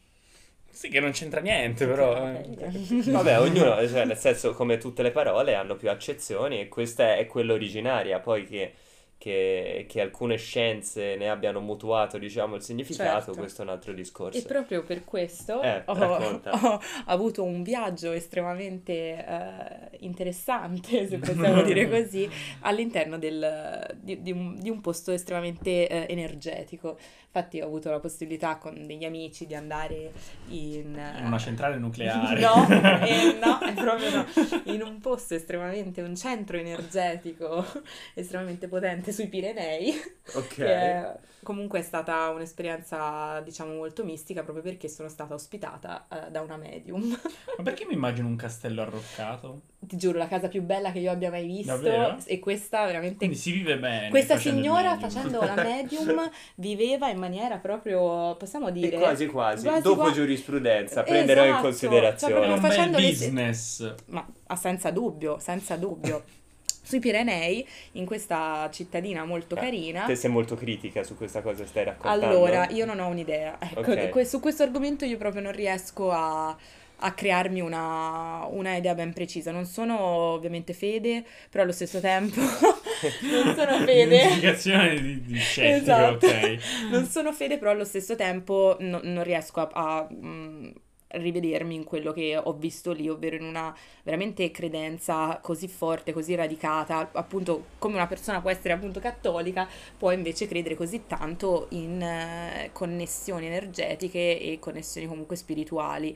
Sì, che non c'entra niente, però. eh. Vabbè, ognuno, cioè, nel senso, come tutte le parole, hanno più accezioni e questa è quella originaria, poi che, che, che alcune scienze ne abbiano mutuato, diciamo, il significato, Certo. questo è un altro discorso. E proprio per questo Eh, ho, racconta. ho avuto un viaggio estremamente eh, interessante, se possiamo dire così, all'interno del- di, di un, di un posto estremamente eh, energetico. Infatti ho avuto la possibilità con degli amici di andare in... In una centrale nucleare. No, eh, no, è proprio no. In un posto estremamente, un centro energetico estremamente potente sui Pirenei. Ok. Che è- comunque è stata un'esperienza, diciamo, molto mistica proprio perché sono stata ospitata eh, da una medium. Ma perché mi immagino un castello arroccato? Ti giuro, la casa più bella che io abbia mai visto. Davvero? E questa veramente... Quindi si vive bene. Questa facendo il signora medium. facendo la medium viveva in maniera proprio, possiamo E dire... quasi quasi, quasi dopo qua- giurisprudenza, prenderò in Esatto, considerazione. cioè È un proprio bel facendo le- business. Ma ah, senza dubbio, senza dubbio. Sui Pirenei, in questa cittadina molto Eh, carina. Te sei molto critica su questa cosa che stai raccontando. Allora, io non ho un'idea. Ecco, Ok. que- su questo argomento io proprio non riesco a, a crearmi una, una idea ben precisa. Non sono ovviamente fede, però allo stesso tempo non sono fede. Un'indicazione di, di scettico, Esatto. ok. Non sono fede, però allo stesso tempo no- non riesco a, a, mm, rivedermi in quello che ho visto lì, ovvero in una veramente credenza così forte, così radicata, appunto come una persona può essere appunto cattolica, può invece credere così tanto in eh, connessioni energetiche e connessioni comunque spirituali.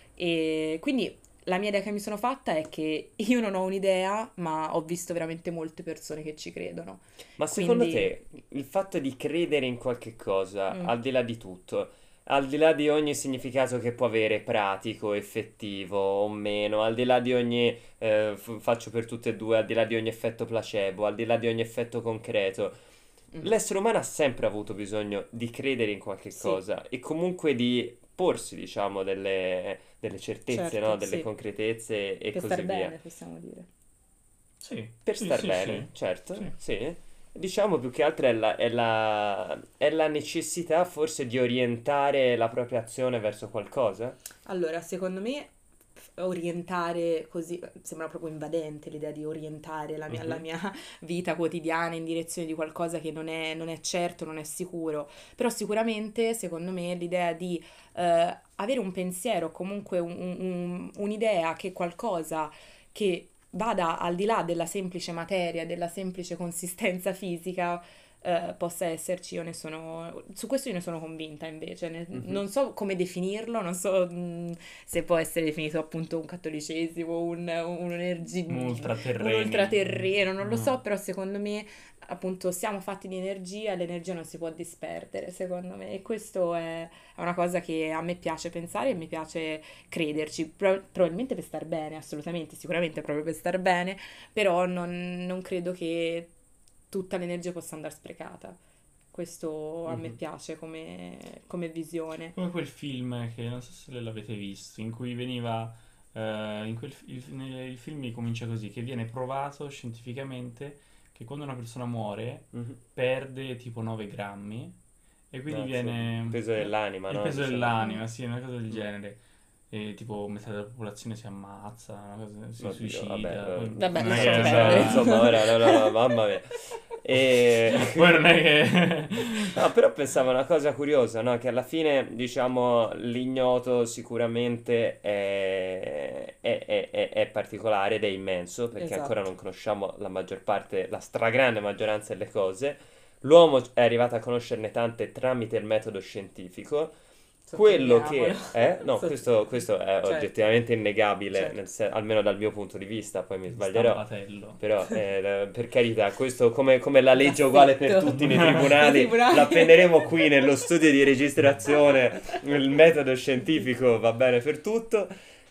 E quindi la mia idea che mi sono fatta è che io non ho un'idea, ma ho visto veramente molte persone che ci credono. Ma secondo Quindi- te il fatto di credere in qualche cosa, Mm. al di là di tutto, al di là di ogni significato che può avere, pratico, effettivo o meno, al di là di ogni, eh, f- faccio per tutte e due, al di là di ogni effetto placebo, al di là di ogni effetto concreto, Mm. l'essere umano ha sempre avuto bisogno di credere in qualche Sì. cosa e comunque di porsi, diciamo, delle, delle certezze, Certo, no? Delle sì. concretezze e Per così star via. bene, possiamo dire. Sì. Per sì, star sì, bene, sì. certo, Sì. sì. Diciamo più che altro è la, è la, è la necessità forse di orientare la propria azione verso qualcosa. Allora, secondo me f- orientare così sembra proprio invadente l'idea di orientare la mia, Mhm. la mia vita quotidiana in direzione di qualcosa che non è, non è certo, non è sicuro. Però sicuramente, secondo me, l'idea di eh, avere un pensiero, comunque un- un- un- un'idea che qualcosa che vada al di là della semplice materia, della semplice consistenza fisica, eh, possa esserci, io ne sono, su questo io ne sono convinta invece, ne- Mhm. non so come definirlo, non so mh, se può essere definito appunto un cattolicesimo, un, un energi- Un un ultraterreno. ultraterreno, non lo so, No. però secondo me appunto siamo fatti di energia, l'energia non si può disperdere, secondo me, e questo è, è una cosa che a me piace pensare e mi piace crederci, Pro- probabilmente per star bene, assolutamente, sicuramente proprio per star bene, però non, non credo che tutta l'energia possa andare sprecata. Questo a me Mhm. piace come, come visione. Come quel film che non so se l'avete visto, in cui veniva, eh, in quel, il, nel- il film comincia così, che viene provato scientificamente che quando una persona muore Mhm. perde tipo nove grammi e quindi Ah, sì. Il viene peso dell'anima, il no? peso Diciamo. dell'anima, sì, una cosa del Mm. genere. E tipo metà della popolazione si ammazza, una cosa, si Oddio, vabbè, suicida. eh, Poi Vabbè, non è lascia che è insomma, perdere. una- insomma, ora, no, no, no, mamma mia. E... Poi non è che... No, però pensavo a una cosa curiosa, no? Che alla fine, diciamo, l'ignoto sicuramente è, è- è- è- è particolare ed è immenso, perché ancora Esatto. non conosciamo la maggior parte, la stragrande maggioranza delle cose. L'uomo è arrivato a conoscerne tante tramite il metodo scientifico. Quello che Sottolineiamolo. è, no, Sott- questo, questo è certo, oggettivamente innegabile, certo. nel sen- almeno dal mio punto di vista, poi mi sbaglierò. Stampatello. Però, eh, per carità, questo come, come la legge uguale per Grassetto. tutti nei Nei tribunali, tribunali. la appenderemo qui nello studio di registrazione, il metodo scientifico va bene per tutto.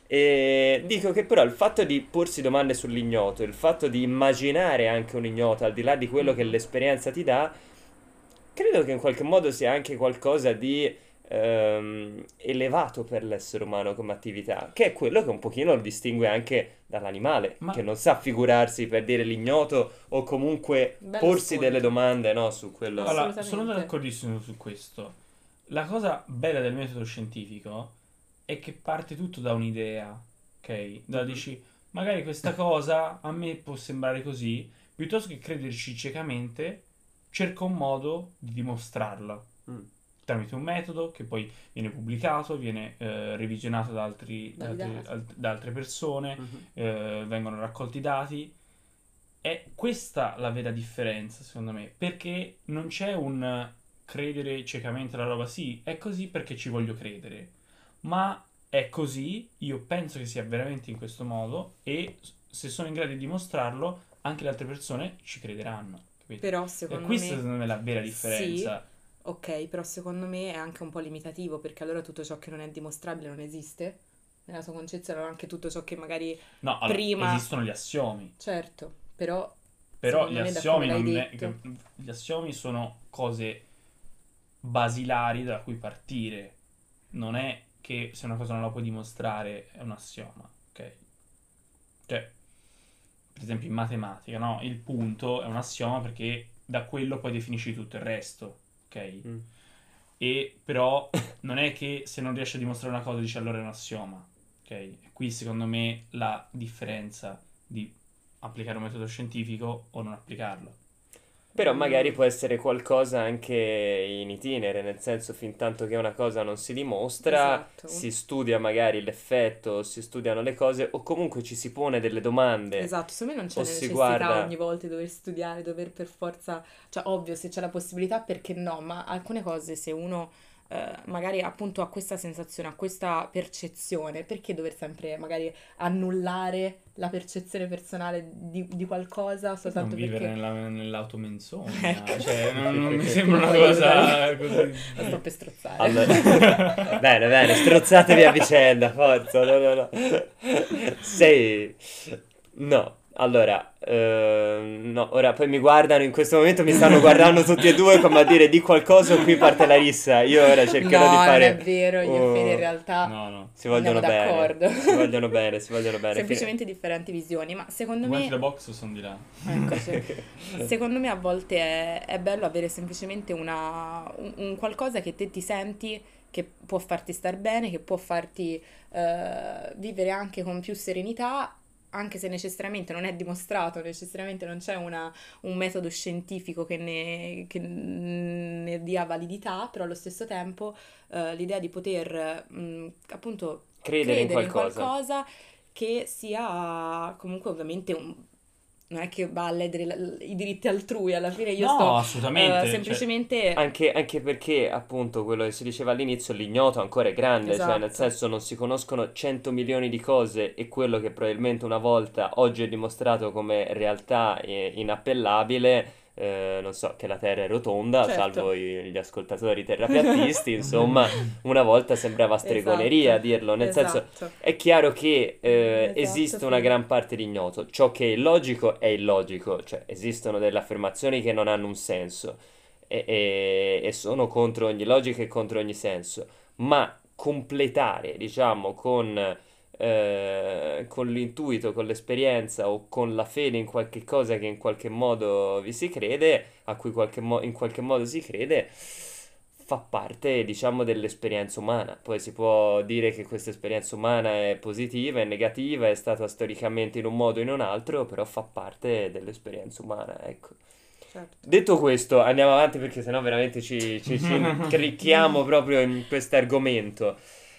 E dico che però il fatto di porsi domande sull'ignoto, il fatto di immaginare anche un ignoto al di là di quello che Mhm. l'esperienza ti dà, credo che in qualche modo sia anche qualcosa di ehm, elevato per l'essere umano come attività, che è quello che un pochino lo distingue anche dall'animale, Ma che non sa figurarsi per dire l'ignoto o comunque Bello porsi spunto. delle domande, no, su quello. allora, Assolutamente. sono d'accordissimo su questo. La cosa bella del metodo scientifico è che parte tutto da un'idea, ok? Da Mhm. dici, magari questa cosa a me può sembrare così, piuttosto che crederci ciecamente, cerca un modo di dimostrarla Mm. tramite un metodo che poi viene pubblicato, viene eh, revisionato da, altri- da altri- Validato. alt- da altre persone, Mhm. eh, vengono raccolti dati. È questa la vera differenza, secondo me, perché non c'è un credere ciecamente alla roba, sì, è così perché ci voglio credere, ma è così, io penso che sia veramente in questo modo e s- se sono in grado di dimostrarlo, anche le altre persone ci crederanno, capito? Però E secondo questa me secondo me è la vera sì, differenza. ok, però secondo me è anche un po' limitativo perché allora tutto ciò che non è dimostrabile non esiste. Nella tua concezione anche tutto ciò che magari No, allora, prima, esistono gli assiomi, certo, però però secondo gli me da come assiomi, l'hai non è- detto, gli assiomi sono cose basilari da cui partire. Non è che se una cosa non la puoi dimostrare è un assioma, ok? Cioè, per esempio in matematica, no? Il punto è un assioma perché da quello poi definisci tutto il resto, ok? Mm. E però non è che se non riesci a dimostrare una cosa dici allora è un assioma, ok? E qui secondo me la differenza di applicare un metodo scientifico o non applicarlo. Però magari mm, può essere qualcosa anche in itinere, nel senso fin tanto che una cosa non si dimostra, esatto, si studia magari l'effetto, si studiano le cose o comunque ci si pone delle domande esatto, secondo me non c'è o la si necessità guarda. ogni volta di dover studiare, dover per forza, cioè ovvio se c'è la possibilità perché no, ma alcune cose se uno eh, magari appunto ha questa sensazione, ha questa percezione, perché dover sempre magari annullare la percezione personale di, di qualcosa Non soltanto vivere perché... nella, nell'automenzogna, Ecco. cioè non, non mi Perché- sembra una Poi cosa dovrei- così. La sto per strozzare. Allora- bene, bene, strozzatevi a vicenda, forza, no, no, no. Sei... No, allora, ehm, no, ora poi mi guardano, in questo momento mi stanno guardando tutti e due come a dire di qualcosa o qui parte la rissa. Io ora cercherò No, di fare... non è vero, io e oh, Fede in realtà No, no. Si vogliono andiamo bene, d'accordo. si vogliono bene, si vogliono bene. Semplicemente differenti visioni, ma I secondo guanti me... da box sono di là. Eccoci. Secondo me a volte è, è bello avere semplicemente una, un, un qualcosa che te ti senti che può farti star bene, che può farti eh, vivere anche con più serenità, anche se necessariamente non è dimostrato, necessariamente non c'è una- un metodo scientifico che ne, che ne dia validità, però allo stesso tempo eh, l'idea di poter mh, appunto Credere in credere in qualcosa. qualcosa che sia comunque ovviamente un non è che va a ledere la- i diritti altrui, alla fine io No, sto assolutamente, eh, cioè- semplicemente... Anche, anche perché, appunto, quello che si diceva all'inizio, l'ignoto ancora è grande, cioè nel Esatto. senso non si conoscono cento milioni di cose e quello che probabilmente una volta oggi è dimostrato come realtà eh, inappellabile, eh, non so, che la Terra è rotonda, Certo. salvo i- gli ascoltatori terrapiattisti, insomma, una volta sembrava stregoneria Esatto, dirlo, nel senso esatto. è chiaro che eh, Esatto, esiste una sì. gran parte di ignoto, ciò che è illogico è illogico, cioè esistono delle affermazioni che non hanno un senso e, e- e sono contro ogni logica e contro ogni senso, ma completare, diciamo, con, eh, con l'intuito, con l'esperienza o con la fede in qualche cosa che in qualche modo vi si crede, a cui qualche mo- in qualche modo si crede, fa parte, diciamo, dell'esperienza umana. Poi si può dire che questa esperienza umana è positiva, è negativa, è stata storicamente in un modo o in un altro, però fa parte dell'esperienza umana, ecco. Certo. Detto questo, andiamo avanti perché sennò veramente ci, ci, ci incricchiamo proprio in questo argomento.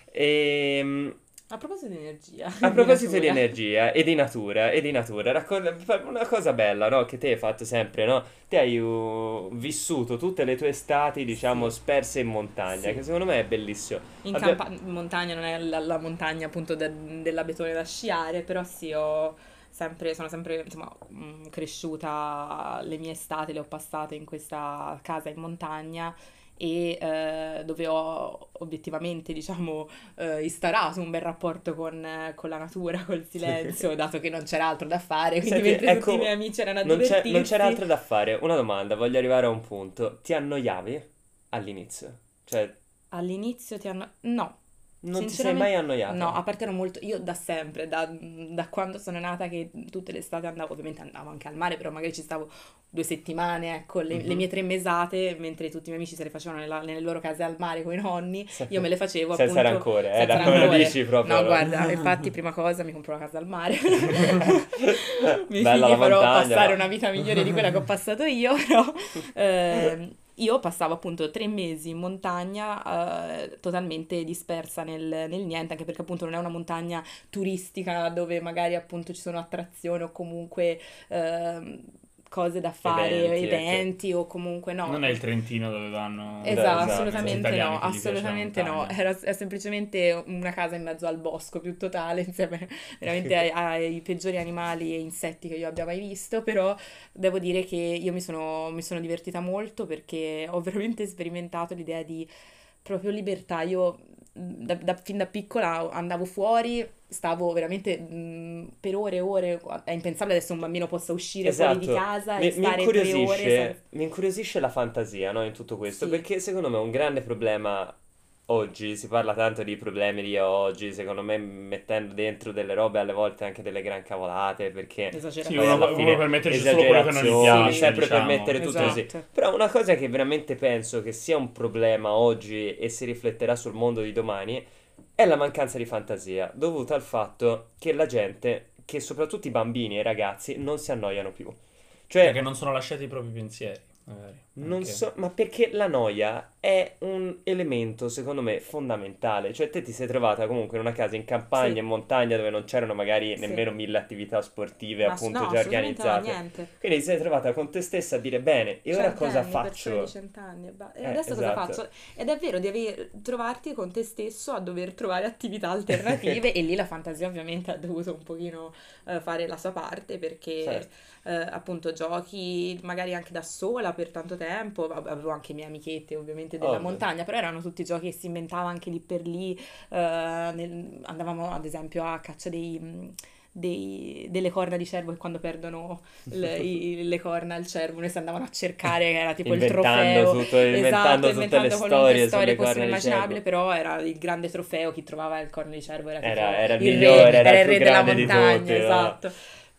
Ehm, A proposito di energia. a proposito di natura. energia e di natura, e di natura, racconta una cosa bella, no? Che te hai fatto sempre, no? Te hai uh, vissuto tutte le tue estati, diciamo, Sì. sperse in montagna, Sì. che secondo me è bellissimo. In Abbia- campa- in montagna non è la, la montagna appunto de- dell'abetone da sciare, però sì, ho sempre, sono sempre insomma, mh, cresciuta, le mie estate le ho passate in questa casa in montagna e eh, dove ho obiettivamente, diciamo, eh, instaurato un bel rapporto con, eh, con la natura, col silenzio, dato che non c'era altro da fare, quindi Senti, mentre ecco, tutti i miei amici erano a non c'è- non divertirsi. c'era altro da fare. Una domanda, voglio arrivare a un punto. Ti annoiavi all'inizio? Cioè, All'inizio ti hanno... No. non ti sei Sinceramente, mai annoiata? no, a parte ero molto, io da sempre, da, da quando sono nata che tutte le estate andavo, ovviamente andavo anche al mare, però magari ci stavo due settimane, ecco, le, le Mhm. mie tre mesate, mentre tutti i miei amici se le facevano nella- nelle loro case al mare con i nonni, Se- io me le facevo senza appunto rancore, eh, senza da come lo rancore. dici proprio. No, guarda, infatti prima cosa mi compro la casa al mare. Mi Bella la figli farò montagna, passare ma- una vita migliore di quella che ho passato io, però ehm, io passavo appunto tre mesi in montagna eh, totalmente dispersa nel, nel niente, anche perché appunto non è una montagna turistica dove magari appunto ci sono attrazioni o comunque ehm, cose da fare, Eventi, eventi, ecco. o comunque no. Non è il Trentino dove vanno Esatto, esatto, assolutamente italiani no, che gli piace la assolutamente no. montagna. Era è semplicemente una casa in mezzo al bosco più totale, insieme veramente ai, ai peggiori animali e insetti che io abbia mai visto, però devo dire che io mi sono, mi sono divertita molto perché ho veramente sperimentato l'idea di proprio libertà. Io da, da- fin da piccola andavo fuori, stavo veramente mh, per ore e ore, è impensabile adesso un bambino possa uscire fuori di Esatto, casa mi, e mi stare tre ore incuriosisce, senza... mi incuriosisce la fantasia, no, in tutto questo, Sì. perché secondo me un grande problema oggi, si parla tanto di problemi di oggi, secondo me mettendo dentro delle robe alle volte anche delle gran cavolate, perché Sì, Esagerazione. poi uno, alla uno fine per metterci solo quello che non gli esagerazioni, piace, sempre per diciamo. mettere tutto così. Esatto. Però una cosa che veramente penso che sia un problema oggi e si rifletterà sul mondo di domani è la mancanza di fantasia, dovuta al fatto che la gente, che soprattutto i bambini e i ragazzi, non si annoiano più. Cioè, Perché non sono lasciati i propri pensieri, magari. non Anche. so, ma perché la noia è un elemento, secondo me, fondamentale. Cioè, te ti sei trovata comunque in una casa in campagna, Sì. in montagna, dove non c'erano magari Sì. nemmeno mille attività sportive, Ma appunto, no, già assolutamente no, organizzate. niente. Quindi ti sei trovata con te stessa a dire, bene, e ora cosa Cent'anni, persone faccio? di cent'anni e ba- e Eh, adesso cosa esatto. faccio? Ed è vero, devi trovarti con te stesso a dover trovare attività alternative e lì la fantasia ovviamente ha dovuto un pochino eh, fare la sua parte perché Certo. eh, appunto giochi magari anche da sola per tanto tempo, Vabbè, avevo anche mie amichette ovviamente della Ovvio. montagna, però erano tutti giochi che si inventava anche lì per lì, eh, nel- andavamo ad esempio a caccia dei... mh, dei- delle corna di cervo che quando perdono le, i- le corna al cervo noi si andavano a cercare che era tipo il Inventando trofeo. tutto- inventando Esatto, tutte inventando le qualunque storie storia sulle possibile corna di immaginabile, cervo. però era il grande trofeo, chi trovava il corno di cervo era tipo Era, era il il migliore, re, era, era il il più re della grande di montagna, tutti, no? esatto.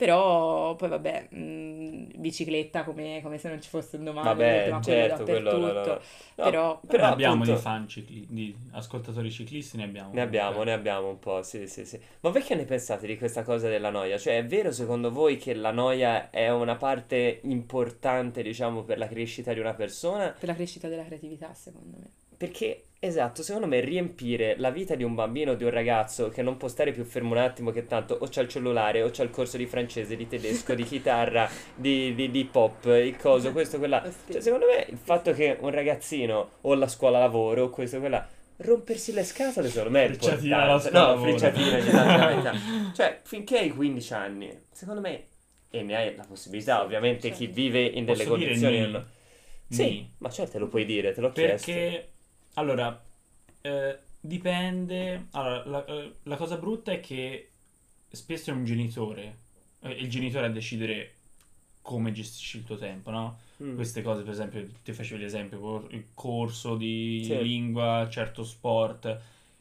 Però poi vabbè, mh, bicicletta come, come se non ci fosse un domani, Vabbè, ma quello certo, quello no, no, dappertutto. no. No, Però- però ne abbiamo appunto- di fan cicli, di ascoltatori ciclisti, ne abbiamo. Ne abbiamo, comunque. ne abbiamo un po', sì, sì, sì. Ma voi che ne pensate di questa cosa della noia? Cioè, è vero secondo voi che la noia è una parte importante, diciamo, per la crescita di una persona? Per la crescita della creatività, secondo me. perché, esatto, secondo me riempire la vita di un bambino o di un ragazzo che non può stare più fermo un attimo, che tanto o c'ha il cellulare o c'ha il corso di francese, di tedesco, di chitarra, di, di, di pop, il coso, questo, quella. Cioè, secondo me il fatto che un ragazzino o la scuola lavoro o questo, quella, rompersi le scatole, secondo me è Frecciatina alla importante. scuola No, lavoro. frecciatina di tanta verità. Cioè, finché hai quindici anni, secondo me, e ne hai la possibilità, Sì, ovviamente certo. chi vive in delle Posso dire condizioni... ni? non- Sì, Ni. ma certo lo puoi dire, te l'ho chiesto. Perché, allora, eh, dipende. Allora, la, eh, la cosa brutta è che spesso è un genitore, eh, il genitore a decidere come gestisci il tuo tempo, no? Mm. Queste cose, per esempio, ti facevi l'esempio, cor- il corso di Sì. lingua, certo sport,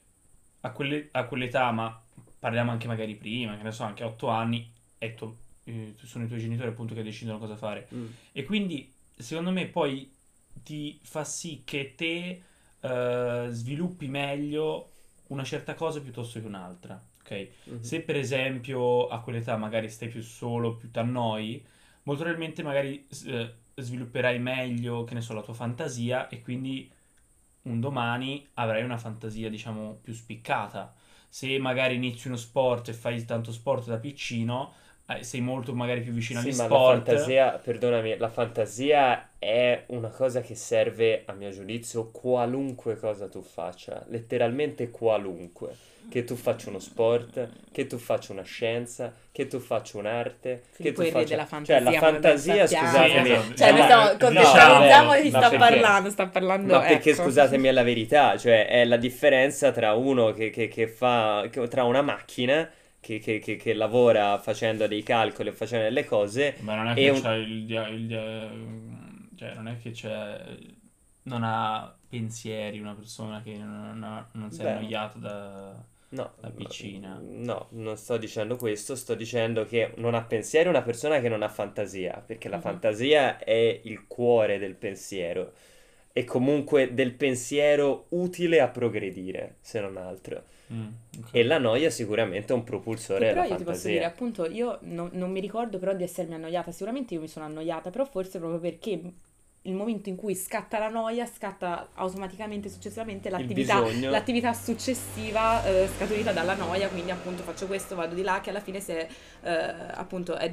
a, quelle- a quell'età, ma parliamo anche magari prima, che ne so, anche a otto anni, è tuo- eh, sono i tuoi genitori appunto che decidono cosa fare. Mm. E quindi, secondo me, poi ti fa sì che te eh, sviluppi meglio una certa cosa piuttosto che un'altra, ok? Mhm. Se per esempio a quell'età magari stai più solo, più t'annoi, molto probabilmente magari eh, svilupperai meglio, che ne so, la tua fantasia e quindi un domani avrai una fantasia, diciamo, più spiccata. Se magari inizi uno sport e fai tanto sport da piccino, eh, sei molto magari più vicino Sì, agli ma sport. la fantasia, perdonami, la fantasia è una cosa che serve, a mio giudizio, qualunque cosa tu faccia, letteralmente qualunque. Che tu faccia uno sport, che tu faccia una scienza, che tu faccia un'arte, che Filippo tu il re faccia... della Cioè, la fantasia, ma non fantasia, sappiamo. scusatemi... Sì, esatto. Cioè, No, noi ma- stiamo, no, contestualizziamo vabbè, di chi ma sta perché? parlando, sta parlando, Ma perché, ecco. scusatemi, è la verità, cioè è la differenza tra uno che, che, che fa... che- tra una macchina che, che, che, che lavora facendo dei calcoli e facendo delle cose... Ma non è E che un- c'ha il, dia- il dia- cioè non è che c'è, non ha pensieri una persona che non, non ha- non si è Beh. annoiata da, No, da piccina. no, non sto dicendo questo, sto dicendo che non ha pensiero una persona che non ha fantasia, perché la Mhm. fantasia è il cuore del pensiero e comunque del pensiero utile a progredire, se non altro. Mm, ok. E la noia sicuramente è un propulsore Che però della io ti posso dire, fantasia. appunto, io non, non mi ricordo però di essermi annoiata, sicuramente io mi sono annoiata, però forse proprio perché il momento in cui scatta la noia, scatta automaticamente, successivamente l'attività, bisogno. l'attività successiva eh, scaturita dalla noia, quindi appunto faccio questo, vado di là, che alla fine se eh, appunto è,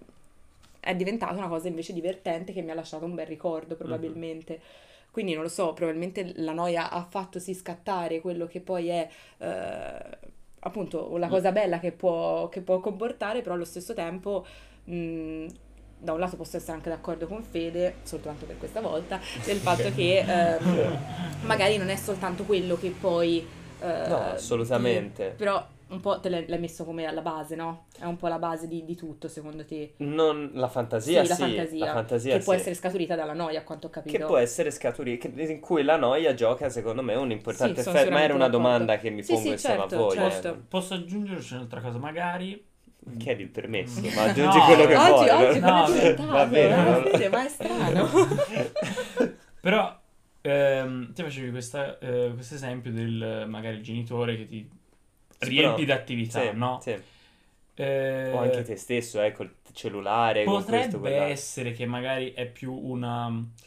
è diventata una cosa invece divertente che mi ha lasciato un bel ricordo probabilmente. Quindi non lo so, probabilmente la noia ha fatto sì scattare quello che poi è eh, appunto la cosa bella che può, che può comportare, però allo stesso tempo mh, da un lato posso essere anche d'accordo con Fede, soltanto per questa volta, del fatto che ehm, magari non è soltanto quello che poi... eh, No, assolutamente. ti- però un po' te l'hai, l'hai messo come alla base, no? È un po' la base di, di tutto, secondo te? Non la fantasia, Sì, la sì, fantasia, la fantasia che può sì. essere scaturita dalla noia, a quanto ho capito. Che può essere scaturita, in cui la noia gioca secondo me un importante Sì, sono effetto, ma era una sicuramente domanda d'accordo. che mi Sì, pongo sì, insieme certo, a voi. certo. eh. Posso aggiungerci un'altra cosa, magari. Chiedi il permesso, Mm. ma aggiungi No, quello che Oggi, vuoi. oggi no? come No, è diventato? va bene, eh, no? Fede, ma è strano. Però ehm, te facevi questa, eh, questo esempio del magari il genitore che ti Sì, riempi però- d'attività, sì, no? sì. Eh, O anche te stesso, eh, col cellulare, con questo, Potrebbe quell'altro. essere che magari è più una...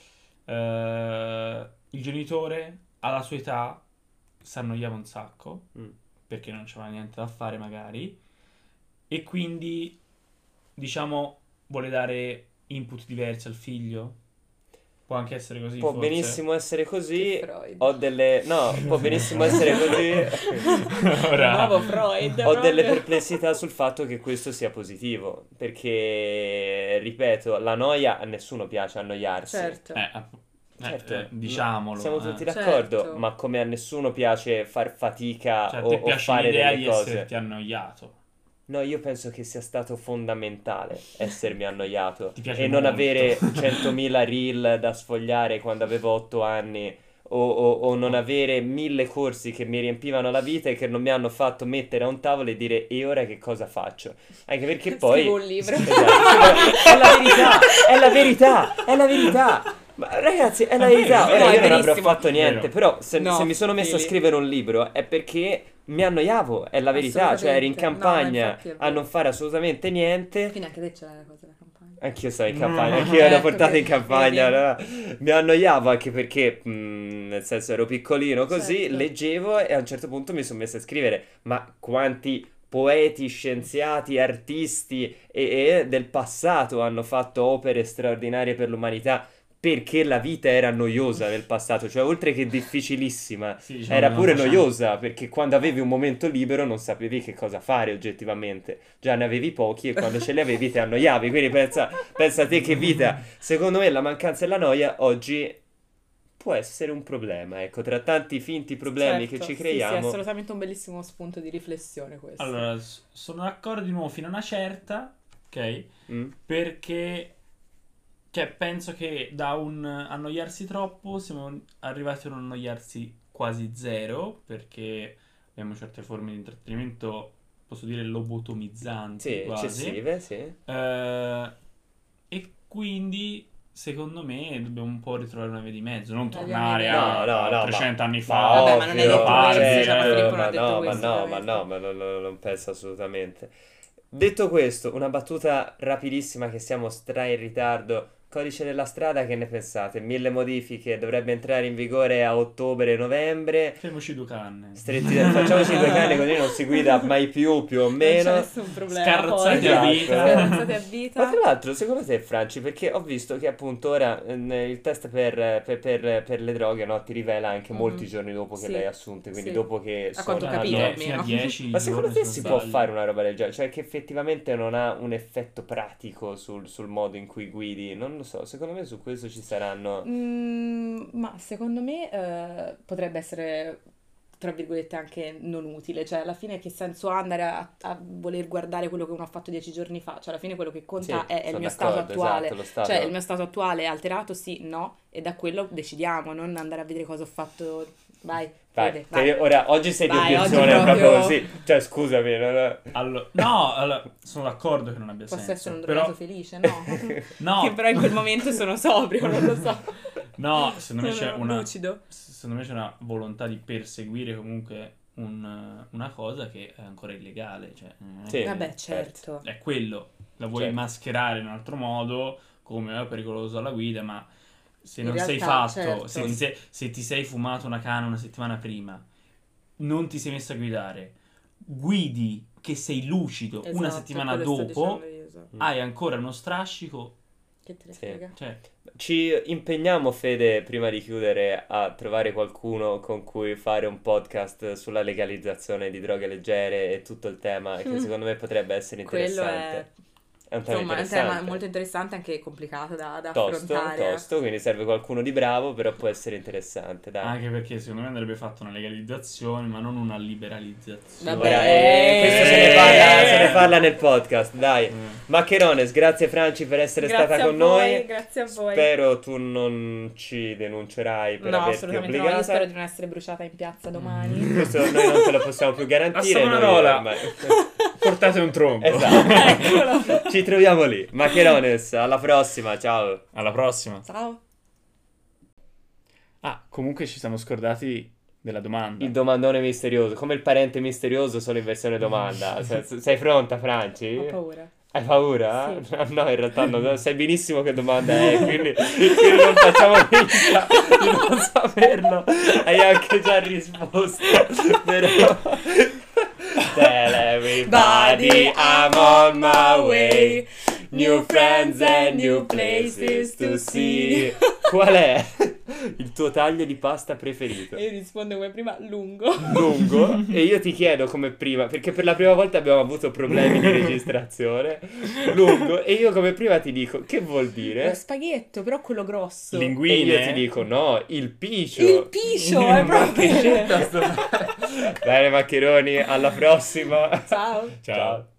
eh, il genitore alla sua età si annoiava un sacco, Mm. perché non c'aveva niente da fare magari, e quindi, diciamo, vuole dare input diversi al figlio. Può anche essere così, Può forse. benissimo essere così. Che Freud. Ho delle... No, può benissimo essere così. Ora. Nuovo Freud. Ho delle proprio. perplessità sul fatto che questo sia positivo, perché, ripeto, la noia a nessuno piace annoiarsi. Certo. Eh, app- eh, Certo, eh, diciamolo. siamo eh. tutti d'accordo, Certo. ma come a nessuno piace far fatica Cioè, a o, te o piace fare l'idea delle di cose. esserti annoiato. No, io penso che sia stato fondamentale essermi annoiato Ti piace e non molto. avere centomila reel da sfogliare quando avevo otto anni o, o- o non avere mille corsi che mi riempivano la vita e che non mi hanno fatto mettere a un tavolo e dire e ora che cosa faccio? Anche perché poi... Scrivo un libro. Esatto, è la verità, è la verità, è la verità. Ma ragazzi, è la È vero, verità. è Ora vero, io è non avrò verissimo. fatto niente, Vero. però se, No, se mi sono messo a Fili. scrivere un libro è perché mi annoiavo, è la verità, cioè eri in Assolutamente. No, campagna infatti è a vero. non fare assolutamente niente. Quindi anche te ce l'hai la cosa della campagna. Anch'io stavo in Mm. campagna, anch'io ero Ecco, portato in vedi, campagna, vedi. no? Mi annoiavo anche perché, mh, nel senso, ero piccolino così, Certo. leggevo e a un certo punto mi sono messo a scrivere, ma quanti poeti, scienziati, artisti e, e del passato hanno fatto opere straordinarie per l'umanità perché la vita era noiosa nel passato, cioè oltre che difficilissima, Sì, diciamo era che pure non facciamo- noiosa perché quando avevi un momento libero non sapevi che cosa fare oggettivamente, già ne avevi pochi e quando ce li avevi ti annoiavi, quindi pensa, pensa a te che vita. Secondo me la mancanza e la noia oggi può essere un problema, ecco, tra tanti finti problemi che Certo, ci sì, creiamo. sì, è assolutamente un bellissimo spunto di riflessione questo. Allora, s- sono d'accordo di nuovo fino a una certa, ok? Mm? Perché cioè, penso che da un annoiarsi troppo siamo arrivati a un annoiarsi quasi zero, perché abbiamo certe forme di intrattenimento, posso dire, lobotomizzanti Sì, quasi. eccessive, sì. Eh, e quindi, secondo me, dobbiamo un po' ritrovare una via di mezzo, non tornare No, a, no, no, a trecento ma- anni ma fa. Vabbè, ma non è ovvio, detto questo, certo, cioè, Filippo non ha ma detto no, ma questo, no, ma ovviamente. no, ma non, non penso assolutamente. Detto questo, una battuta rapidissima che siamo stra in ritardo. Codice della strada, che ne pensate? Mille modifiche, dovrebbe entrare in vigore a ottobre-novembre. Fermoci due canne. Stretti, facciamoci due canne così non si guida mai più, più o Non c'è meno. nessun problema. Scarrozzati poi. a Esatto. vita. Scarrozzati a Ma vita. tra l'altro, secondo te, Franci, perché ho visto che appunto ora eh, il test per, per- per- per le droghe, no, ti rivela anche Mhm. molti giorni dopo che Sì, le hai assunte, quindi sì. dopo che A quanto ho sono- capito, hanno- almeno. Fino a dieci Ma secondo giorni, te se si non può sbaglio. fare una roba del genere? Cioè che effettivamente non ha un effetto pratico sul, sul modo in cui guidi? Non lo so, secondo me su questo ci saranno... Mm, ma secondo me eh, potrebbe essere, tra virgolette, anche non utile. Cioè, alla fine che senso ha andare a, a voler guardare quello che uno ha fatto dieci giorni fa? Cioè, alla fine quello che conta Sì, è, è il sono mio stato d'accordo, attuale. esatto, lo stato- Cioè, il mio stato attuale è alterato? Sì, no. E da quello decidiamo, non andare a vedere cosa ho fatto. Vai, Vai, Fede, te- vai. ora, oggi sei di Vai, obiezione, oggi proprio proprio- così. Cioè, scusami, non è- Allora, no, allora, sono d'accordo che non abbia Posso senso. essere un però, drogato felice? No. no, Che però in quel momento sono sobrio, non lo so. no, secondo me c'è Sono una, lucido. secondo me c'è una volontà di perseguire comunque un- una cosa che è ancora illegale. Cioè, non è Sì. che- Vabbè, certo. certo. è quello. La vuoi Certo. mascherare in un altro modo, come è pericoloso alla guida, ma se In non sei realtà, fatto, certo. se, ti sei, se ti sei fumato una canna una settimana prima, non ti sei messo a guidare, guidi che sei lucido una Esatto, settimana quello sto dopo, dicendo io, esatto. hai ancora uno strascico, Che te ne Sì. frega? cioè, Ci impegniamo, Fede, prima di chiudere, a trovare qualcuno con cui fare un podcast sulla legalizzazione di droghe leggere e tutto il tema, che Mm. secondo me potrebbe essere Quello interessante. è, È un tema insomma, è un interessante. tema molto interessante, anche complicato da, da Tosto, affrontare. tosto, quindi serve qualcuno di bravo, però può essere interessante, dai. anche perché secondo me andrebbe fatta una legalizzazione, ma non una liberalizzazione. Vabbè. Ora, eh, questo se ne, Eh. parla, se ne parla nel podcast, dai. Mm. Maccherones, grazie Franci per essere Grazie stata a con voi, noi. grazie a voi. Spero tu non ci denuncerai per No, averti assolutamente no, io obbligata. spero di non essere bruciata in piazza domani. Questo noi non te lo possiamo più garantire. A noi Savonarola. ormai- Portate un tronco. Esatto. Eccolo. Ci troviamo lì. Maccherones, alla prossima, ciao. Alla prossima. Ciao. Ah, comunque ci siamo scordati della domanda. Il domandone misterioso, come il parente misterioso, solo in versione domanda. Se- se- Sei pronta, Franci? Ho paura. Hai paura? Sì. No, in realtà no, sai benissimo che domanda è, quindi, quindi non facciamo finta di non saperlo. Hai anche già risposto, però... Tell everybody I'm on my way. New friends and new places to see. Qual è il tuo taglio di pasta preferito? E io rispondo come prima, lungo. Lungo. E io ti chiedo come prima, perché per la prima volta abbiamo avuto problemi di registrazione. Lungo. E io come prima ti dico, che vuol Lo dire? spaghetto, però quello grosso. E Linguine. io ti dico, no, il picio. Il piscio, è Ma che proprio... scelta sto- Bene, maccheroni, alla prossima. Ciao. Ciao.